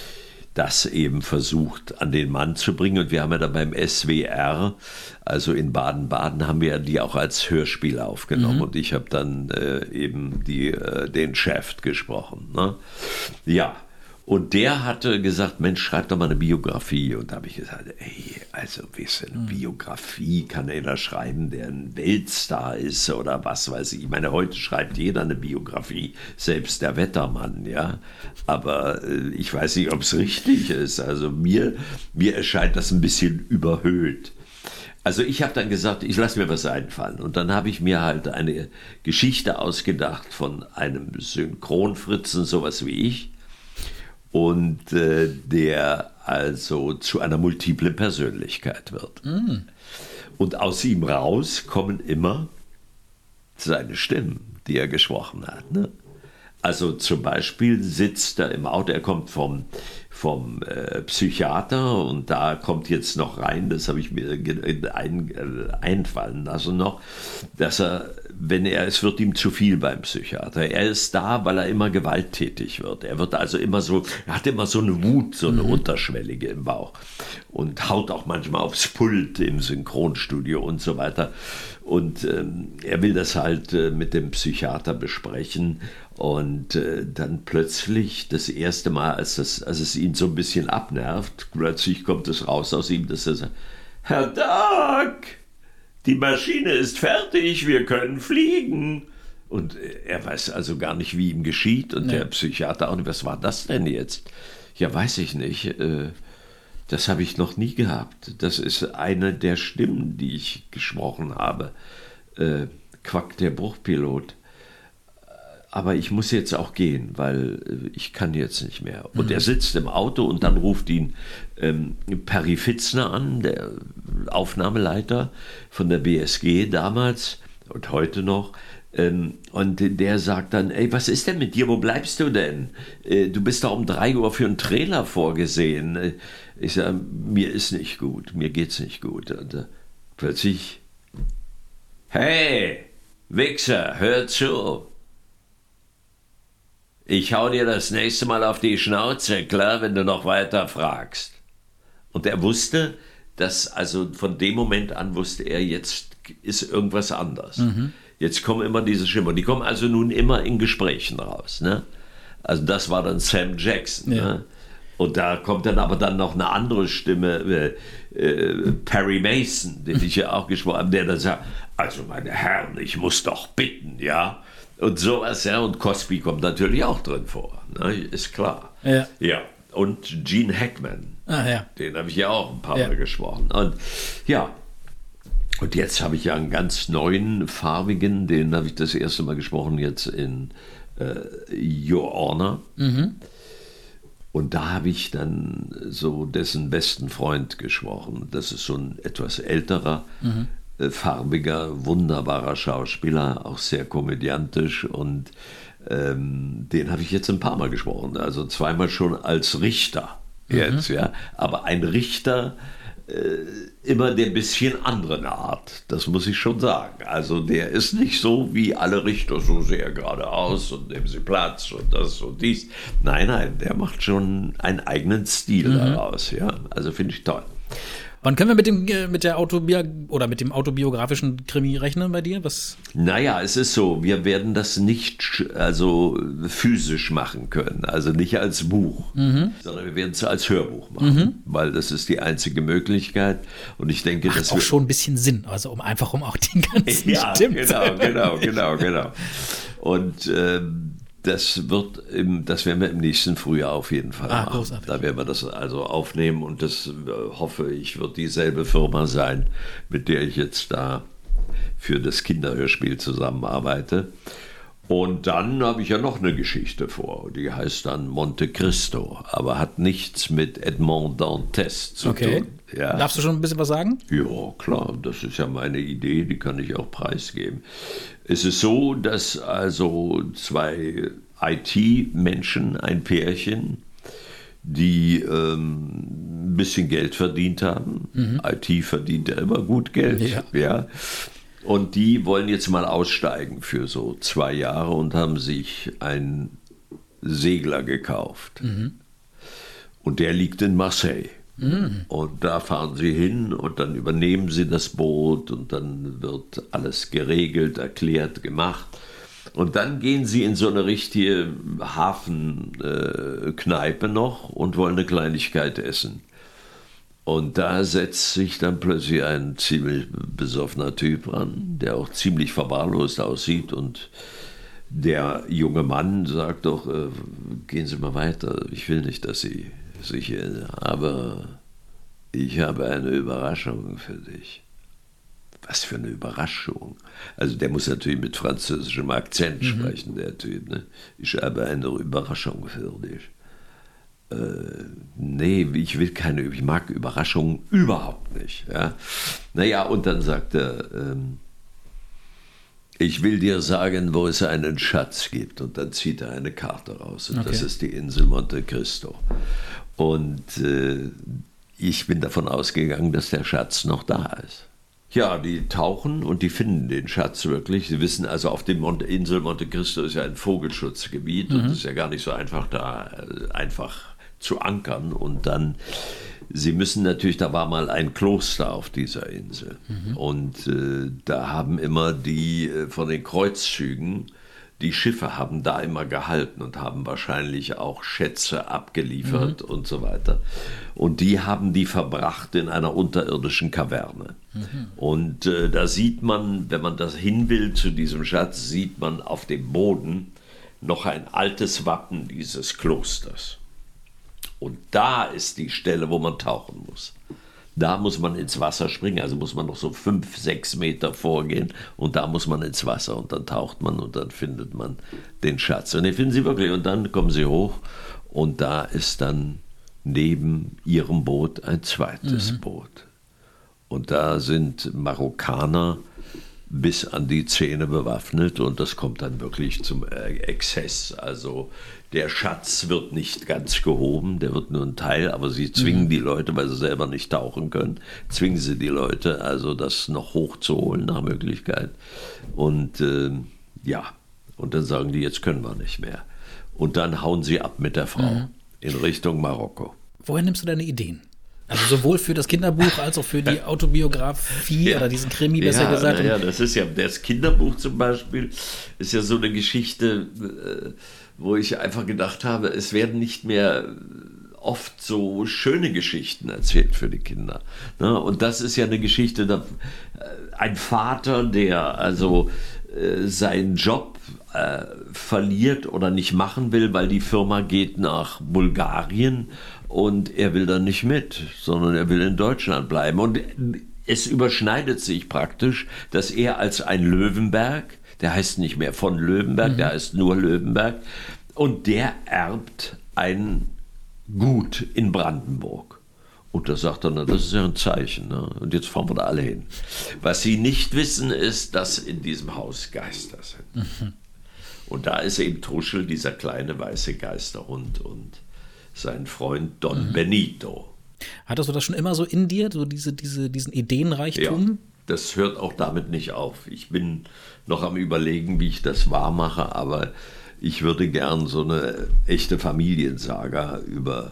das eben versucht an den Mann zu bringen. Und wir haben ja da beim S W R, also in Baden-Baden, haben wir die auch als Hörspiel aufgenommen. Mhm. Und ich habe dann äh, eben die, äh, den Chef gesprochen. Ne? Ja, und der hatte gesagt, Mensch, schreib doch mal eine Biografie. Und da habe ich gesagt, ey, also weißt du, eine Biografie kann einer schreiben, der ein Weltstar ist oder was weiß ich. Ich meine, heute schreibt jeder eine Biografie, selbst der Wettermann, ja. Aber äh, ich weiß nicht, ob es richtig ist. Also mir, mir erscheint das ein bisschen überhöht. Also ich habe dann gesagt, ich lasse mir was einfallen. Und dann habe ich mir halt eine Geschichte ausgedacht von einem Synchronfritzen, sowas wie ich. Und äh, der also zu einer multiplen Persönlichkeit wird. Mm. Und aus ihm raus kommen immer seine Stimmen, die er gesprochen hat. Ne? Also zum Beispiel sitzt er im Auto, er kommt vom, vom äh, Psychiater und da kommt jetzt noch rein, das habe ich mir ein, äh, einfallen lassen noch, dass er, wenn er, es wird ihm zu viel beim Psychiater. Er ist da, weil er immer gewalttätig wird. Er wird also immer so, er hat immer so eine Wut, so eine mhm. unterschwellige im Bauch und haut auch manchmal aufs Pult im Synchronstudio und so weiter. Und ähm, er will das halt äh, mit dem Psychiater besprechen. Und äh, dann plötzlich, das erste Mal, als, das, als es ihn so ein bisschen abnervt, plötzlich kommt es raus aus ihm, dass er sagt, Herr Doc, die Maschine ist fertig, wir können fliegen. Und er weiß also gar nicht, wie ihm geschieht. Und ja. der Psychiater auch nicht, was war das denn jetzt? Ja, weiß ich nicht. Äh, das habe ich noch nie gehabt. Das ist eine der Stimmen, die ich gesprochen habe. Äh, Quack, der Bruchpilot. Aber ich muss jetzt auch gehen, weil ich kann jetzt nicht mehr. Und mhm. er sitzt im Auto und dann ruft ihn ähm, Perry Fitzner an, der Aufnahmeleiter von der B S G damals und heute noch. Ähm, und der sagt dann, ey, was ist denn mit dir, wo bleibst du denn? Äh, du bist doch um drei Uhr für einen Trailer vorgesehen. Äh, ich sage, mir ist nicht gut, mir geht's nicht gut. Und äh, plötzlich, hey, Wichser, hör zu. Ich hau dir das nächste Mal auf die Schnauze, klar, wenn du noch weiter fragst. Und er wusste, dass, also von dem Moment an wusste er, jetzt ist irgendwas anders. Mhm. Jetzt kommen immer diese Stimmen. Und die kommen also nun immer in Gesprächen raus. Ne? Also das war dann Sam Jackson. Ja. Ne? Und da kommt dann aber dann noch eine andere Stimme, äh, äh, Perry Mason, den ich ja auch gesprochen habe, der dann sagt, also meine Herren, ich muss doch bitten, ja. Und sowas, ja, und Cosby kommt natürlich auch drin vor, ne? Ist klar. Ja. ja. Und Gene Hackman, ah, ja. den habe ich ja auch ein paar ja. Mal gesprochen. Und ja, und jetzt habe ich ja einen ganz neuen, farbigen, den habe ich das erste Mal gesprochen, jetzt in äh, Your Honor. Mhm. Und da habe ich dann so dessen besten Freund gesprochen. Das ist so ein etwas älterer, mhm. farbiger, wunderbarer Schauspieler, auch sehr komödiantisch und ähm, den habe ich jetzt ein paar Mal gesprochen, also zweimal schon als Richter jetzt, mhm. ja, aber ein Richter äh, immer der bisschen anderen Art, das muss ich schon sagen, also der ist nicht so wie alle Richter so sehr geradeaus und nehmen sie Platz und das und dies, nein, nein, der macht schon einen eigenen Stil mhm. daraus, ja, also finde ich toll. Wann können wir mit dem, mit der Autobi- oder mit dem autobiografischen Krimi rechnen bei dir? Was? Naja, es ist so, wir werden das nicht also physisch machen können, also nicht als Buch, mhm. sondern wir werden es als Hörbuch machen, mhm. weil das ist die einzige Möglichkeit und ich denke, Macht dass auch wir schon ein bisschen Sinn, also um einfach um auch den ganzen ja, Stimmen. genau, genau, genau, genau. Und ähm, Das wird im, das werden wir im nächsten Frühjahr auf jeden Fall ah, machen. Großartig. Da werden wir das also aufnehmen und das äh, hoffe ich, wird dieselbe Firma sein, mit der ich jetzt da für das Kinderhörspiel zusammenarbeite. Und dann habe ich ja noch eine Geschichte vor, die heißt dann Monte Cristo, aber hat nichts mit Edmond Dantes zu okay. tun. Ja. Darfst du schon ein bisschen was sagen? Ja, klar, das ist ja meine Idee, die kann ich auch preisgeben. Es ist so, dass also zwei I T-Menschen, ein Pärchen, die ähm, ein bisschen Geld verdient haben. Mhm. I T verdient ja immer gut Geld. Ja. ja. Und die wollen jetzt mal aussteigen für so zwei Jahre und haben sich einen Segler gekauft. Mhm. Und der liegt in Marseille. Mhm. Und da fahren sie hin und dann übernehmen sie das Boot und dann wird alles geregelt, erklärt, gemacht. Und dann gehen sie in so eine richtige Hafenkneipe äh, noch und wollen eine Kleinigkeit essen. Und da setzt sich dann plötzlich ein ziemlich besoffener Typ ran, der auch ziemlich verwahrlost aussieht. Und der junge Mann sagt doch, äh, gehen Sie mal weiter, ich will nicht, dass Sie sich... Aber ich habe eine Überraschung für dich. Was für eine Überraschung. Also der muss natürlich mit französischem Akzent mhm. sprechen, der Typ. Ne? Ich habe eine Überraschung für dich. Äh, nee, ich will keine, ich mag Überraschungen überhaupt nicht. Ja? Naja, und dann sagt er, ähm, ich will dir sagen, wo es einen Schatz gibt. Und dann zieht er eine Karte raus. Und okay. das ist die Insel Monte Cristo. Und äh, ich bin davon ausgegangen, dass der Schatz noch da ist. Ja, die tauchen und die finden den Schatz wirklich. Sie wissen also, auf der Monte, Insel Monte Cristo ist ja ein Vogelschutzgebiet mhm. und es ist ja gar nicht so einfach, da äh, einfach zu ankern. Und dann, sie müssen natürlich, da war mal ein Kloster auf dieser Insel. Mhm. Und äh, da haben immer die äh, von den Kreuzzügen, die Schiffe haben da immer gehalten und haben wahrscheinlich auch Schätze abgeliefert mhm. und so weiter. Und die haben die verbracht in einer unterirdischen Kaverne. Mhm. Und äh, da sieht man, wenn man das hin will zu diesem Schatz, sieht man auf dem Boden noch ein altes Wappen dieses Klosters. Und da ist die Stelle, wo man tauchen muss. Da muss man ins Wasser springen, also muss man noch so fünf, sechs Meter vorgehen und da muss man ins Wasser und dann taucht man und dann findet man den Schatz. Und den finden sie wirklich und dann kommen sie hoch und da ist dann neben ihrem Boot ein zweites mhm. Boot. Und da sind Marokkaner bis an die Zähne bewaffnet und das kommt dann wirklich zum Exzess. Also der Schatz wird nicht ganz gehoben, der wird nur ein Teil, aber sie zwingen mhm. die Leute, weil sie selber nicht tauchen können, zwingen sie die Leute, also das noch hochzuholen nach Möglichkeit. Und äh, ja, und dann sagen die, jetzt können wir nicht mehr. Und dann hauen sie ab mit der Frau mhm. in Richtung Marokko. Woher nimmst du deine Ideen? Also sowohl für das Kinderbuch als auch für die Autobiografie ja. oder diesen Krimi, besser ja, gesagt. Ja, das ist ja, das Kinderbuch zum Beispiel ist ja so eine Geschichte, wo ich einfach gedacht habe, es werden nicht mehr oft so schöne Geschichten erzählt für die Kinder. Und das ist ja eine Geschichte, ein Vater, der also seinen Job äh, verliert oder nicht machen will, weil die Firma geht nach Bulgarien und er will dann nicht mit, sondern er will in Deutschland bleiben. Und es überschneidet sich praktisch, dass er als ein Löwenberg, der heißt nicht mehr von Löwenberg, mhm. der heißt nur Löwenberg, und der erbt ein Gut in Brandenburg. Und da sagt er, na, das ist ja ein Zeichen. Ne? Und jetzt fahren wir da alle hin. Was sie nicht wissen, ist, dass in diesem Haus Geister sind. Mhm. Und da ist eben Truschel, dieser kleine weiße Geisterhund, und sein Freund Don mhm. Benito. Hattest du das schon immer so in dir, so diese, diese, diesen Ideenreichtum? Ja, das hört auch damit nicht auf. Ich bin noch am Überlegen, wie ich das wahr mache, aber ich würde gern so eine echte Familiensaga über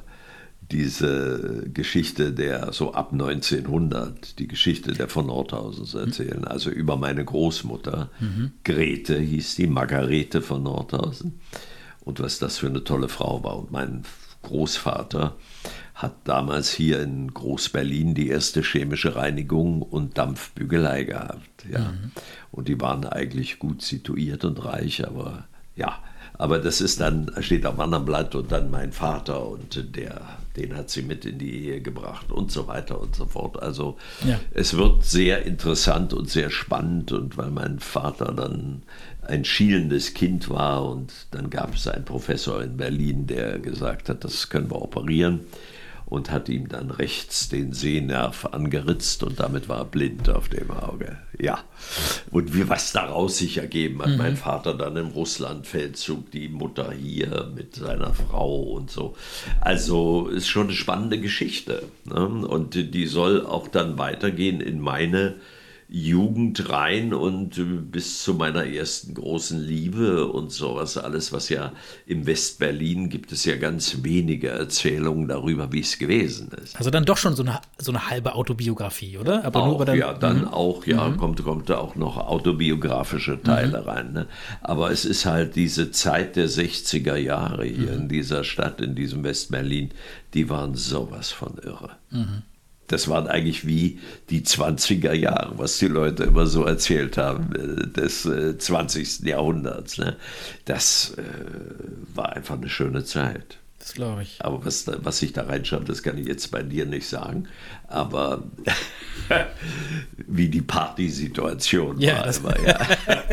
diese Geschichte der so ab neunzehnhundert, die Geschichte der von Nordhausens erzählen, mhm. also über meine Großmutter, mhm. Grete hieß die, Margarete von Nordhausen, und was das für eine tolle Frau war. Und mein Großvater hat damals hier in Groß-Berlin die erste chemische Reinigung und Dampfbügelei gehabt. Ja. Mhm. Und die waren eigentlich gut situiert und reich, aber ja, aber das ist dann, steht auf einem anderen Blatt, und dann mein Vater, und der, den hat sie mit in die Ehe gebracht und so weiter und so fort. Also ja. Es wird sehr interessant und sehr spannend, und weil mein Vater dann ein schielendes Kind war, und dann gab es einen Professor in Berlin, der gesagt hat, das können wir operieren, und hat ihm dann rechts den Sehnerv angeritzt, und damit war er blind auf dem Auge. Ja, und wie, was daraus sich ergeben hat, mhm. mein Vater dann im Russlandfeldzug, die Mutter hier mit seiner Frau und so. Also ist schon eine spannende Geschichte, ne? Und die soll auch dann weitergehen in meine Jugend rein und bis zu meiner ersten großen Liebe und sowas alles, was ja im Westberlin gibt es ja ganz wenige Erzählungen darüber, wie es gewesen ist. Also dann doch schon so eine, so eine halbe Autobiografie, oder? Aber auch, nur über dann, ja, dann mhm. auch, ja, mhm. kommt, kommt da auch noch autobiografische Teile mhm. rein. Ne? Aber es ist halt diese Zeit der sechziger Jahre hier mhm. in dieser Stadt, in diesem Westberlin, die waren sowas von irre. Mhm. Das waren eigentlich wie die zwanziger Jahre, was die Leute immer so erzählt haben, des äh, zwanzigsten Jahrhunderts. Ne? Das äh, war einfach eine schöne Zeit. Das glaube ich. Aber was, was sich da reinschreibt, das kann ich jetzt bei dir nicht sagen. Aber wie die Partysituation ja, war. Das, immer, ja.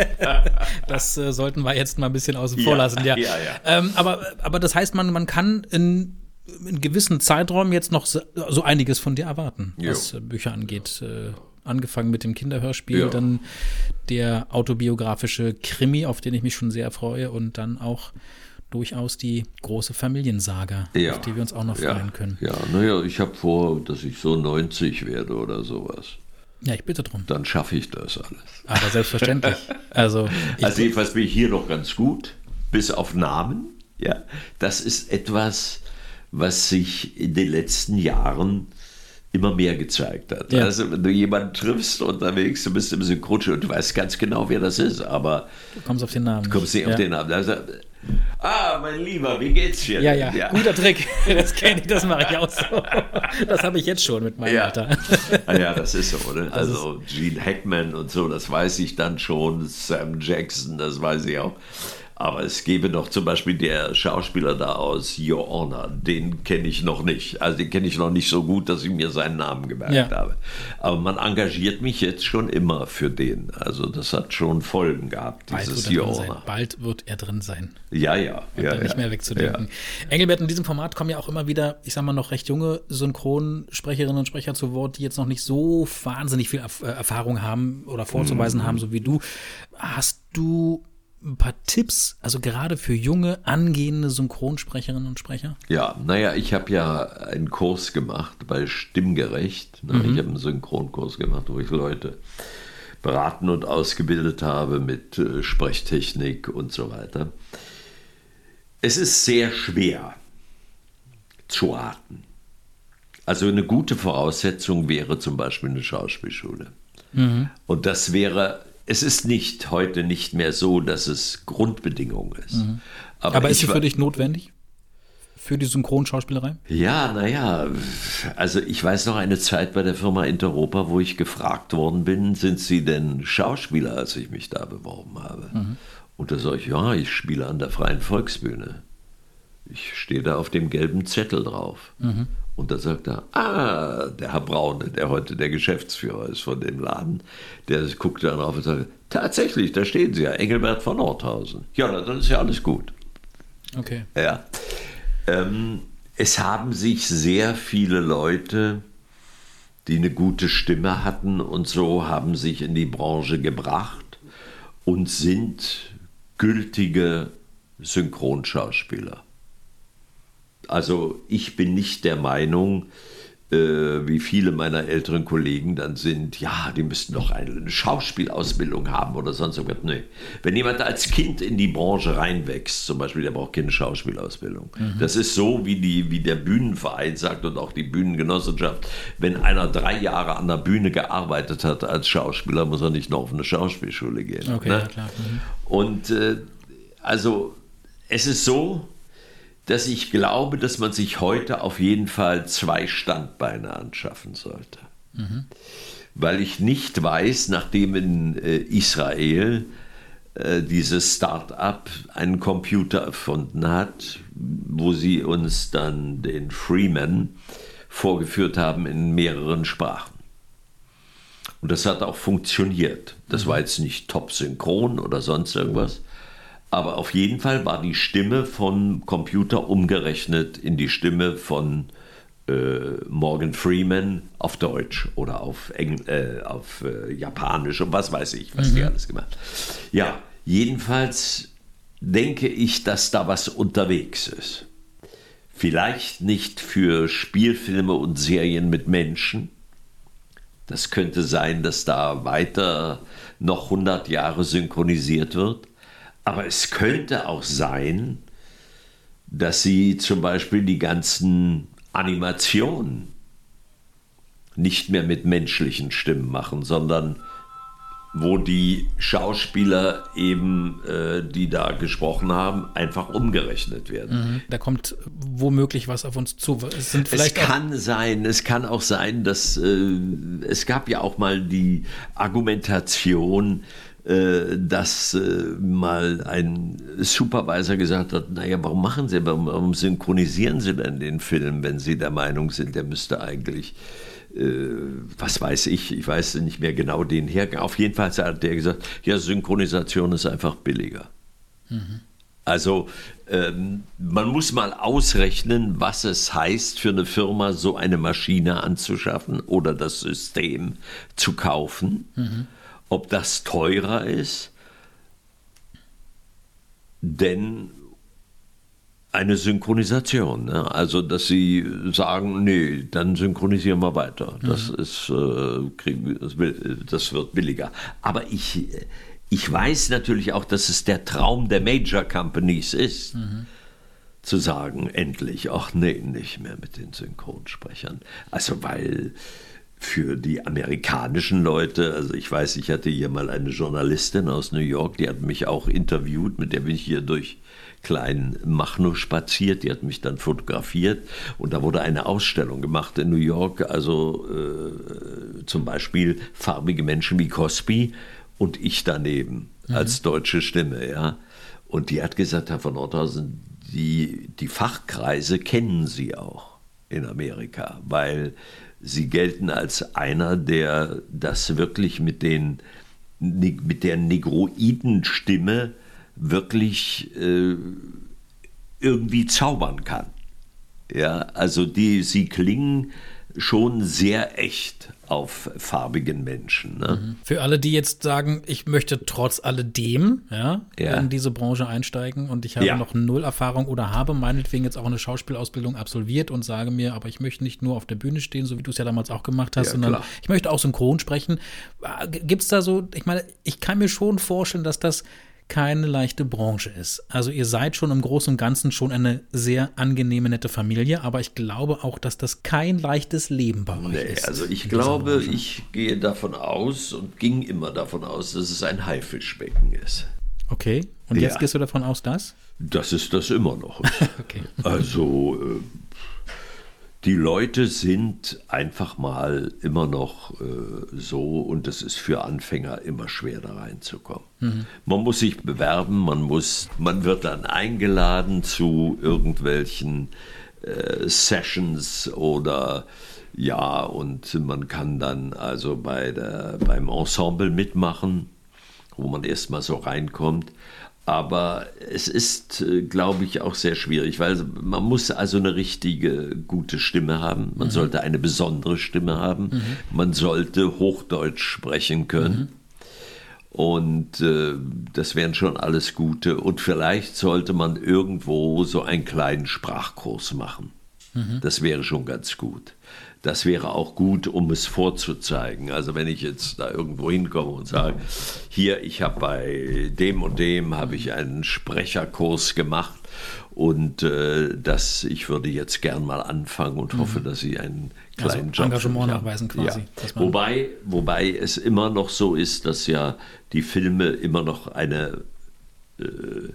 das äh, sollten wir jetzt mal ein bisschen außen vor lassen. Ja. Ja, ja. Ähm, aber, aber das heißt, man, man kann in in gewissen Zeiträumen jetzt noch so, so einiges von dir erwarten, jo. was Bücher angeht. Äh, angefangen mit dem Kinderhörspiel, ja. dann der autobiografische Krimi, auf den ich mich schon sehr freue, und dann auch durchaus die große Familiensaga, ja. auf die wir uns auch noch ja. freuen können. Ja, naja, ich habe vor, dass ich so neunzig werde oder sowas. Ja, ich bitte drum. Dann schaffe ich das alles. Aber selbstverständlich. Also, also jedenfalls bin ich hier noch ganz gut, bis auf Namen. Ja, das ist etwas, was sich in den letzten Jahren immer mehr gezeigt hat. Ja. Also wenn du jemanden triffst unterwegs, du bist im Synchronstudio und du weißt ganz genau, wer das ist, aber du kommst auf den Namen. Du kommst nicht ja. auf den Namen. Also, ah, mein Lieber, wie geht's dir? Ja, ja, ja. Guter Trick. Das kenne ich, das mache ich auch so. Das habe ich jetzt schon mit meinem ja. Alter. Ah, ja, das ist so, oder? Also Gene Hackman und so, das weiß ich dann schon. Sam Jackson, das weiß ich auch. Aber es gäbe noch zum Beispiel der Schauspieler da aus Your Honor, den kenne ich noch nicht. Also den kenne ich noch nicht so gut, dass ich mir seinen Namen gemerkt ja. habe. Aber man engagiert mich jetzt schon immer für den. Also das hat schon Folgen gehabt, Bald dieses wird er Your drin Honor. sein. Bald wird er drin sein. Ja, ja. Und ja, dann ja. nicht mehr wegzudenken. Ja. Engelbert, in diesem Format kommen ja auch immer wieder, ich sag mal, noch recht junge Synchronsprecherinnen und Sprecher zu Wort, die jetzt noch nicht so wahnsinnig viel Erfahrung haben oder vorzuweisen mhm. haben, so wie du. Hast du ein paar Tipps, also gerade für junge, angehende Synchronsprecherinnen und Sprecher? Ja, naja, ich habe ja einen Kurs gemacht bei Stimmgerecht. Mhm. Ich habe einen Synchronkurs gemacht, wo ich Leute beraten und ausgebildet habe mit äh, Sprechtechnik und so weiter. Es ist sehr schwer zu raten. Also eine gute Voraussetzung wäre zum Beispiel eine Schauspielschule. Mhm. Und das wäre... Es ist nicht heute nicht mehr so, dass es Grundbedingung ist. Mhm. Aber, Aber ist sie für dich notwendig? Für die Synchronschauspielerei? Ja, naja, also ich weiß noch eine Zeit bei der Firma Interopa, wo ich gefragt worden bin, sind Sie denn Schauspieler, als ich mich da beworben habe? Mhm. Und da sage ich, ja, ich spiele an der Freien Volksbühne. Ich stehe da auf dem gelben Zettel drauf. Mhm. Und da sagt er, ah, der Herr Braune, der heute der Geschäftsführer ist von dem Laden, der guckt dann auf und sagt, tatsächlich, da stehen Sie ja, Engelbert von Nordhausen. Ja, dann ist ja alles gut. Okay. Ja. Ähm, es haben sich sehr viele Leute, die eine gute Stimme hatten und so, haben sich in die Branche gebracht und sind gültige Synchronschauspieler. Also ich bin nicht der Meinung, äh, wie viele meiner älteren Kollegen dann sind, ja, die müssten doch eine Schauspielausbildung haben oder sonst irgendwas. Nee. Wenn jemand als Kind in die Branche reinwächst, zum Beispiel, der braucht keine Schauspielausbildung. Mhm. Das ist so, wie, die, wie der Bühnenverein sagt und auch die Bühnengenossenschaft. Wenn einer drei Jahre an der Bühne gearbeitet hat als Schauspieler, muss er nicht noch auf eine Schauspielschule gehen. Okay, ne? ja, klar. Mhm. Und äh, also es ist so, dass ich glaube, dass man sich heute auf jeden Fall zwei Standbeine anschaffen sollte. Mhm. Weil ich nicht weiß, nachdem in äh, Israel äh, dieses Start-up einen Computer erfunden hat, wo sie uns dann den Freeman vorgeführt haben in mehreren Sprachen. Und das hat auch funktioniert. Das war jetzt nicht top synchron oder sonst irgendwas. Aber auf jeden Fall war die Stimme vom Computer umgerechnet in die Stimme von äh, Morgan Freeman auf Deutsch oder auf, Engl- äh, auf äh, Japanisch und was weiß ich, was mhm. die alles gemacht haben. Ja, jedenfalls denke ich, dass da was unterwegs ist. Vielleicht nicht für Spielfilme und Serien mit Menschen. Das könnte sein, dass da weiter noch hundert Jahre synchronisiert wird. Aber es könnte auch sein, dass sie zum Beispiel die ganzen Animationen nicht mehr mit menschlichen Stimmen machen, sondern wo die Schauspieler eben, äh, die da gesprochen haben, einfach umgerechnet werden. Mhm. Da kommt womöglich was auf uns zu. Es, sind vielleicht es kann sein, es kann auch sein, dass äh, es gab ja auch mal die Argumentation, dass äh, mal ein Supervisor gesagt hat, naja, warum machen Sie, warum, warum synchronisieren Sie denn den Film, wenn Sie der Meinung sind, der müsste eigentlich, äh, was weiß ich, ich weiß nicht mehr genau den Hergang. Auf jeden Fall hat der gesagt, ja, Synchronisation ist einfach billiger. Mhm. Also ähm, man muss mal ausrechnen, was es heißt für eine Firma, so eine Maschine anzuschaffen oder das System zu kaufen. Mhm. Ob das teurer ist, denn Eine Synchronisation, ne? Also dass sie sagen, nee, dann synchronisieren wir weiter. Das mhm. ist, äh, kriegen, das, will, das wird billiger. Aber ich, ich weiß natürlich auch, dass es der Traum der Major Companies ist, mhm. zu sagen, endlich, ach nee, nicht mehr mit den Synchronsprechern. Also weil für die amerikanischen Leute, also ich weiß, ich hatte hier mal eine Journalistin aus New York, die hat mich auch interviewt, mit der bin ich hier durch Klein Machnow spaziert, die hat mich dann fotografiert und da wurde eine Ausstellung gemacht in New York, also äh, zum Beispiel farbige Menschen wie Cosby und ich daneben mhm. als deutsche Stimme, ja. Und die hat gesagt, Herr von Nordhausen, die, die Fachkreise kennen Sie auch in Amerika, weil Sie gelten als einer, der das wirklich mit, den, mit der Negroidenstimme wirklich äh, irgendwie zaubern kann. Ja, also die, sie klingen schon sehr echt auf farbigen Menschen. Ne? Für alle, die jetzt sagen, ich möchte trotz alledem ja, ja. in diese Branche einsteigen und ich habe ja. noch null Erfahrung oder habe meinetwegen jetzt auch eine Schauspielausbildung absolviert und sage mir, aber ich möchte nicht nur auf der Bühne stehen, so wie du es ja damals auch gemacht hast, ja, sondern klar. ich möchte auch synchron sprechen. Gibt es da so, ich meine, ich kann mir schon vorstellen, dass das keine leichte Branche ist. Also ihr seid schon im Großen und Ganzen schon eine sehr angenehme, nette Familie, aber ich glaube auch, dass das kein leichtes Leben bei euch nee, ist. Also ich glaube, ich gehe davon aus und ging immer davon aus, dass es ein Haifischbecken ist. Okay, und jetzt ja. gehst du davon aus, dass? Dass es das immer noch ist. Okay. Also äh, die Leute sind einfach mal immer noch äh, so und es ist für Anfänger immer schwer da reinzukommen. Mhm. Man muss sich bewerben, man muss, man wird dann eingeladen zu irgendwelchen äh, Sessions oder ja, und man kann dann also bei der, beim Ensemble mitmachen, wo man erstmal so reinkommt. Aber es ist, glaube ich, auch sehr schwierig, weil man muss also eine richtige, gute Stimme haben. Man mhm. sollte eine besondere Stimme haben. Mhm. Man sollte Hochdeutsch sprechen können. Mhm. Und äh, das wären schon alles gute. Und vielleicht sollte man irgendwo so einen kleinen Sprachkurs machen. Mhm. Das wäre schon ganz gut. Das wäre auch gut, um es vorzuzeigen. Also wenn ich jetzt da irgendwo hinkomme und sage, hier, ich habe bei dem und dem habe ich einen Sprecherkurs gemacht und äh, das, ich würde jetzt gern mal anfangen und hoffe, dass Sie einen kleinen also Job Engagement nachweisen quasi. Ja. Wobei, wobei es immer noch so ist, dass ja die Filme immer noch eine äh,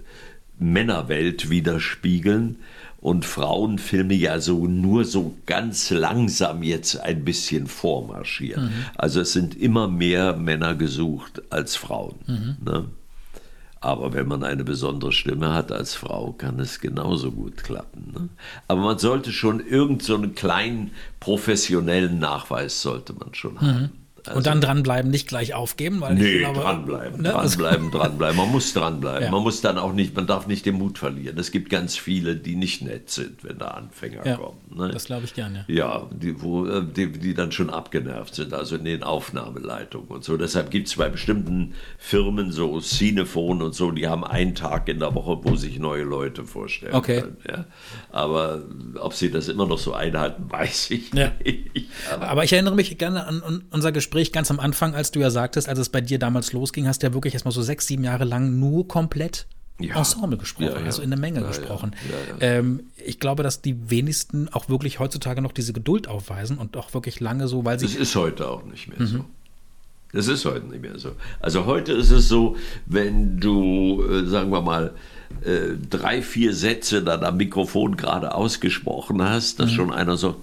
Männerwelt widerspiegeln. Und Frauenfilme ja so nur so ganz langsam jetzt ein bisschen vormarschieren. Mhm. Also es sind immer mehr Männer gesucht als Frauen. Mhm. Ne? Aber wenn man eine besondere Stimme hat als Frau, kann es genauso gut klappen. Ne? Aber man sollte schon irgend so einen kleinen professionellen Nachweis sollte man schon mhm. haben. Also, und dann dranbleiben, nicht gleich aufgeben, weil nee, ich glaube, dranbleiben, ne? dranbleiben, dranbleiben. Man muss dranbleiben. Ja. Man muss dann auch nicht, man darf nicht den Mut verlieren. Es gibt ganz viele, die nicht nett sind, wenn da Anfänger ja, kommen. Ne? Das glaube ich gerne. Ja, die, wo, die, die dann schon abgenervt sind, also in den Aufnahmeleitungen und so. Deshalb gibt es bei bestimmten Firmen, so Cinephone und so, die haben einen Tag in der Woche, wo sich neue Leute vorstellen okay. können. Ja. Aber ob sie das immer noch so einhalten, weiß ich ja. nicht. Aber, Aber ich erinnere mich gerne an unser Gespräch ganz am Anfang, als du ja sagtest, als es bei dir damals losging, hast du ja wirklich erstmal so sechs, sieben Jahre lang nur komplett ja. Ensemble gesprochen, ja, ja. also in der Menge ja, gesprochen. Ja. Ja, ja. Ähm, ich glaube, dass die wenigsten auch wirklich heutzutage noch diese Geduld aufweisen und auch wirklich lange so, weil sie... Das ist heute auch nicht mehr mhm. so. Das ist heute nicht mehr so. Also heute ist es so, wenn du, äh, sagen wir mal, äh, drei, vier Sätze dann am Mikrofon gerade ausgesprochen hast, dass mhm. schon einer sagt,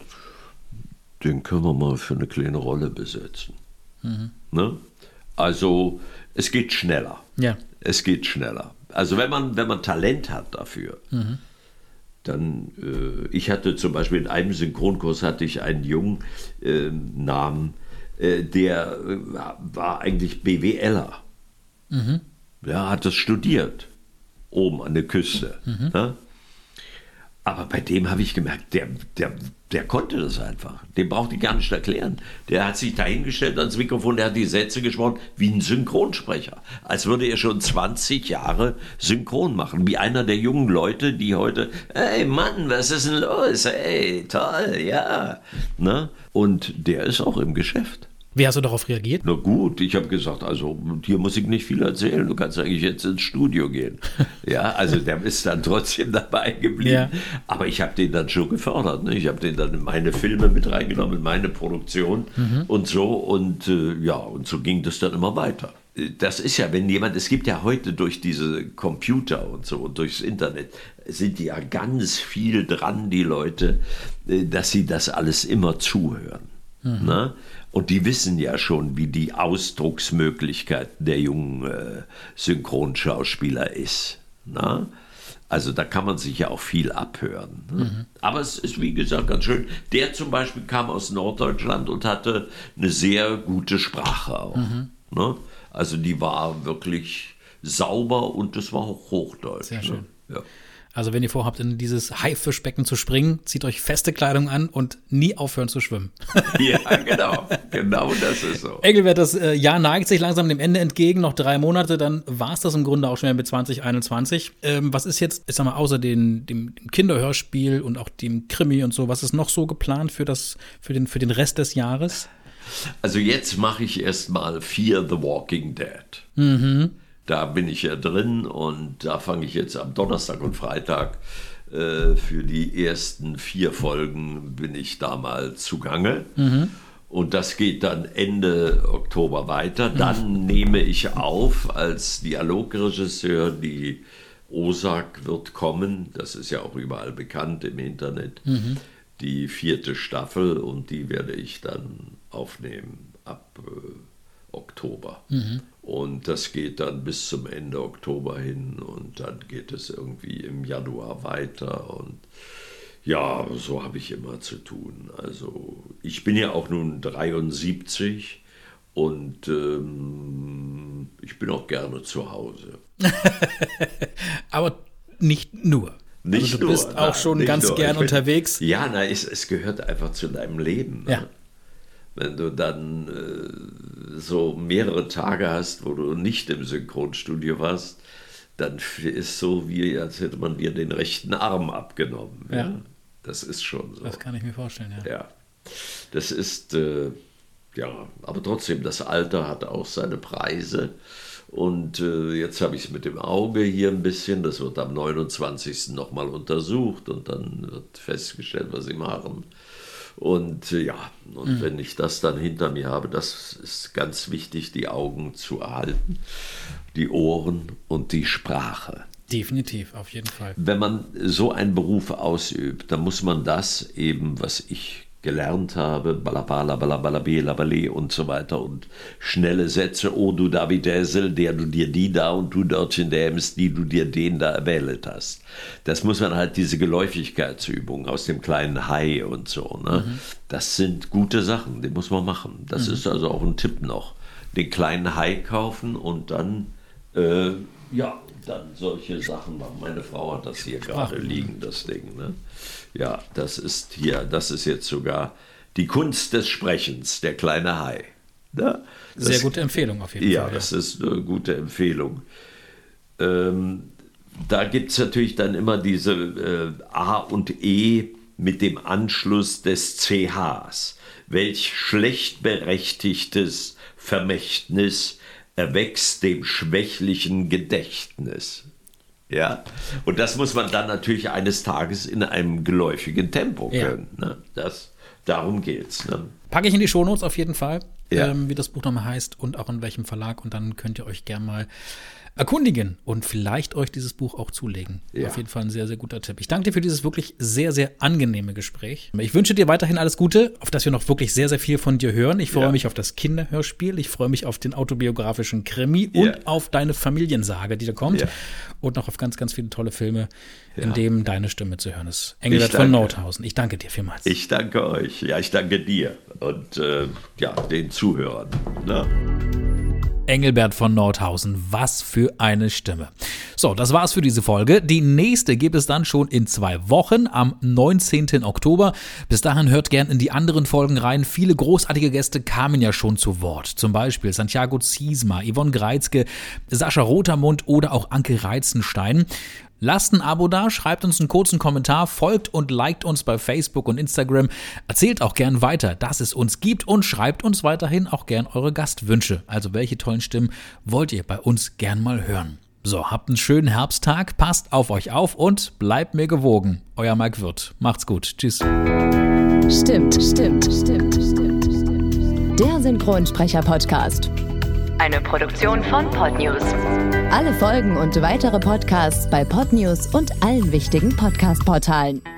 den können wir mal für eine kleine Rolle besetzen. Mhm. Ne? Also es geht schneller. Ja. Es geht schneller. Also wenn man, wenn man Talent hat dafür, mhm. dann, äh, ich hatte zum Beispiel in einem Synchronkurs hatte ich einen jungen äh, Namen, äh, der äh, war eigentlich BWLer. Mhm. Ja, hat das studiert, oben an der Küste. Mhm. Ne? Aber bei dem habe ich gemerkt, der, der, der konnte das einfach. Dem brauchte ich gar nicht erklären. Der hat sich dahingestellt ans Mikrofon, der hat die Sätze gesprochen wie ein Synchronsprecher. Als würde er schon zwanzig Jahre synchron machen. Wie einer der jungen Leute, die heute, hey Mann, was ist denn los? Hey, toll, ja. Ne? Und der ist auch im Geschäft. Wie hast du darauf reagiert? Na gut, ich habe gesagt, also hier muss ich nicht viel erzählen, du kannst eigentlich jetzt ins Studio gehen. Ja, also der ist dann trotzdem dabei geblieben. Ja. Aber ich habe den dann schon gefördert. Ne? Ich habe den dann in meine Filme mit reingenommen, in meine Produktion mhm. und so. Und äh, ja, und so ging das dann immer weiter. Das ist ja, wenn jemand, es gibt ja heute durch diese Computer und so und durchs Internet, sind ja ganz viel dran, die Leute, dass sie das alles immer zuhören. Mhm. Ne? Und die wissen ja schon, wie die Ausdrucksmöglichkeit der jungen äh, Synchronschauspieler ist. Na? Also da kann man sich ja auch viel abhören. Ne? Mhm. Aber es ist, wie gesagt, ganz schön. Der zum Beispiel kam aus Norddeutschland und hatte eine sehr gute Sprache auch. Mhm. Ne? Also die war wirklich sauber und das war auch Hochdeutsch. Sehr schön. Ne? Ja. Also wenn ihr vorhabt, in dieses Haifischbecken zu springen, zieht euch feste Kleidung an und nie aufhören zu schwimmen. Ja, genau. Genau das ist so. Engelbert, das äh, Jahr neigt sich langsam dem Ende entgegen. Noch drei Monate, dann war es das im Grunde auch schon mit zwanzig einundzwanzig. Ähm, was ist jetzt, ich sag mal, außer den, dem, dem Kinderhörspiel und auch dem Krimi und so, was ist noch so geplant für, das, für, den, für den Rest des Jahres? Also jetzt mache ich erstmal Fear the Walking Dead. Mhm. Da bin ich ja drin und da fange ich jetzt am Donnerstag und Freitag äh, für die ersten vier Folgen bin ich da mal zugange. Mhm. Und das geht dann Ende Oktober weiter. Dann mhm. nehme ich auf als Dialogregisseur, die Ozark wird kommen. Das ist ja auch überall bekannt im Internet. Mhm. Die vierte Staffel und die werde ich dann aufnehmen ab äh, Oktober. Mhm. Und das geht dann bis zum Ende Oktober hin und dann geht es irgendwie im Januar weiter und ja, so habe ich immer zu tun. Also ich bin ja auch nun dreiundsiebzig und ähm, ich bin auch gerne zu Hause. Aber nicht nur. Nicht also du nur, bist auch nein, schon ganz nur. gern bin, unterwegs. Ja, na, es, es gehört einfach zu deinem Leben. Ne? Ja. Wenn du dann äh, so mehrere Tage hast, wo du nicht im Synchronstudio warst, dann ist so wie, als hätte man dir den rechten Arm abgenommen. Ja. Ja? Das ist schon so. Das kann ich mir vorstellen, ja. Ja, das ist, äh, ja, aber trotzdem, das Alter hat auch seine Preise. Und äh, jetzt habe ich es mit dem Auge hier ein bisschen, das wird am neunundzwanzigsten nochmal untersucht und dann wird festgestellt, was sie machen. Und äh, ja, und mhm. wenn ich das dann hinter mir habe, das ist ganz wichtig, die Augen zu erhalten, die Ohren und die Sprache. Definitiv, auf jeden Fall. Wenn man so einen Beruf ausübt, dann muss man das eben, was ich gelernt habe, balabala, balabalabe, labale und so weiter und schnelle Sätze, oh du Davidesel, der du dir die da und du dortchen dämst, die du dir den da erwählt hast. Das muss man halt, diese Geläufigkeitsübung aus dem kleinen Hai und so, ne? Mhm. Das sind gute Sachen, die muss man machen. Das mhm. ist also auch ein Tipp noch. Den kleinen Hai kaufen und dann, äh, ja, dann solche Sachen machen. Meine Frau hat das hier gerade liegen, das Ding, ne? Ja, das ist hier, das ist jetzt sogar die Kunst des Sprechens, der kleine Hai. Ne? Das, sehr gute Empfehlung auf jeden ja, Fall. Ja, das ist eine gute Empfehlung. Ähm, da gibt es natürlich dann immer diese äh, A und E mit dem Anschluss des C Hs. Welch schlecht berechtigtes Vermächtnis erwächst dem schwächlichen Gedächtnis. Ja, und das muss man dann natürlich eines Tages in einem geläufigen Tempo können. Ja. Ne? Das, darum geht's. Ne? Packe ich in die Shownotes auf jeden Fall, ja. ähm, wie das Buch nochmal heißt und auch in welchem Verlag. Und dann könnt ihr euch gerne mal erkundigen und vielleicht euch dieses Buch auch zulegen. Ja. Auf jeden Fall ein sehr, sehr guter Tipp. Ich danke dir für dieses wirklich sehr, sehr angenehme Gespräch. Ich wünsche dir weiterhin alles Gute, auf das wir noch wirklich sehr, sehr viel von dir hören. Ich freue ja. mich auf das Kinderhörspiel, ich freue mich auf den autobiografischen Krimi und ja. auf deine Familiensage, die da kommt. Ja. Und noch auf ganz, ganz viele tolle Filme, ja. in denen deine Stimme zu hören ist. Engelbert von Nordhausen, ich danke dir vielmals. Ich danke euch. Ja, ich danke dir und äh, ja, den Zuhörern. Ne? Engelbert von Nordhausen, was für eine Stimme. So, das war's für diese Folge. Die nächste gibt es dann schon in zwei Wochen, am neunzehnten Oktober. Bis dahin hört gern in die anderen Folgen rein. Viele großartige Gäste kamen ja schon zu Wort. Zum Beispiel Santiago Ziesmer, Yvonne Greizke, Sascha Rotermund oder auch Anke Reizenstein. Lasst ein Abo da, schreibt uns einen kurzen Kommentar, folgt und liked uns bei Facebook und Instagram. Erzählt auch gern weiter, dass es uns gibt und schreibt uns weiterhin auch gern eure Gastwünsche. Also welche tollen Stimmen wollt ihr bei uns gern mal hören? So, habt einen schönen Herbsttag, passt auf euch auf und bleibt mir gewogen. Euer Mike Wirth. Macht's gut. Tschüss. Stimmt, stimmt, stimmt, stimmt, stimmt. Der Synchronsprecher-Podcast. Eine Produktion von Podnews. Alle Folgen und weitere Podcasts bei Podnews und allen wichtigen Podcast-Portalen.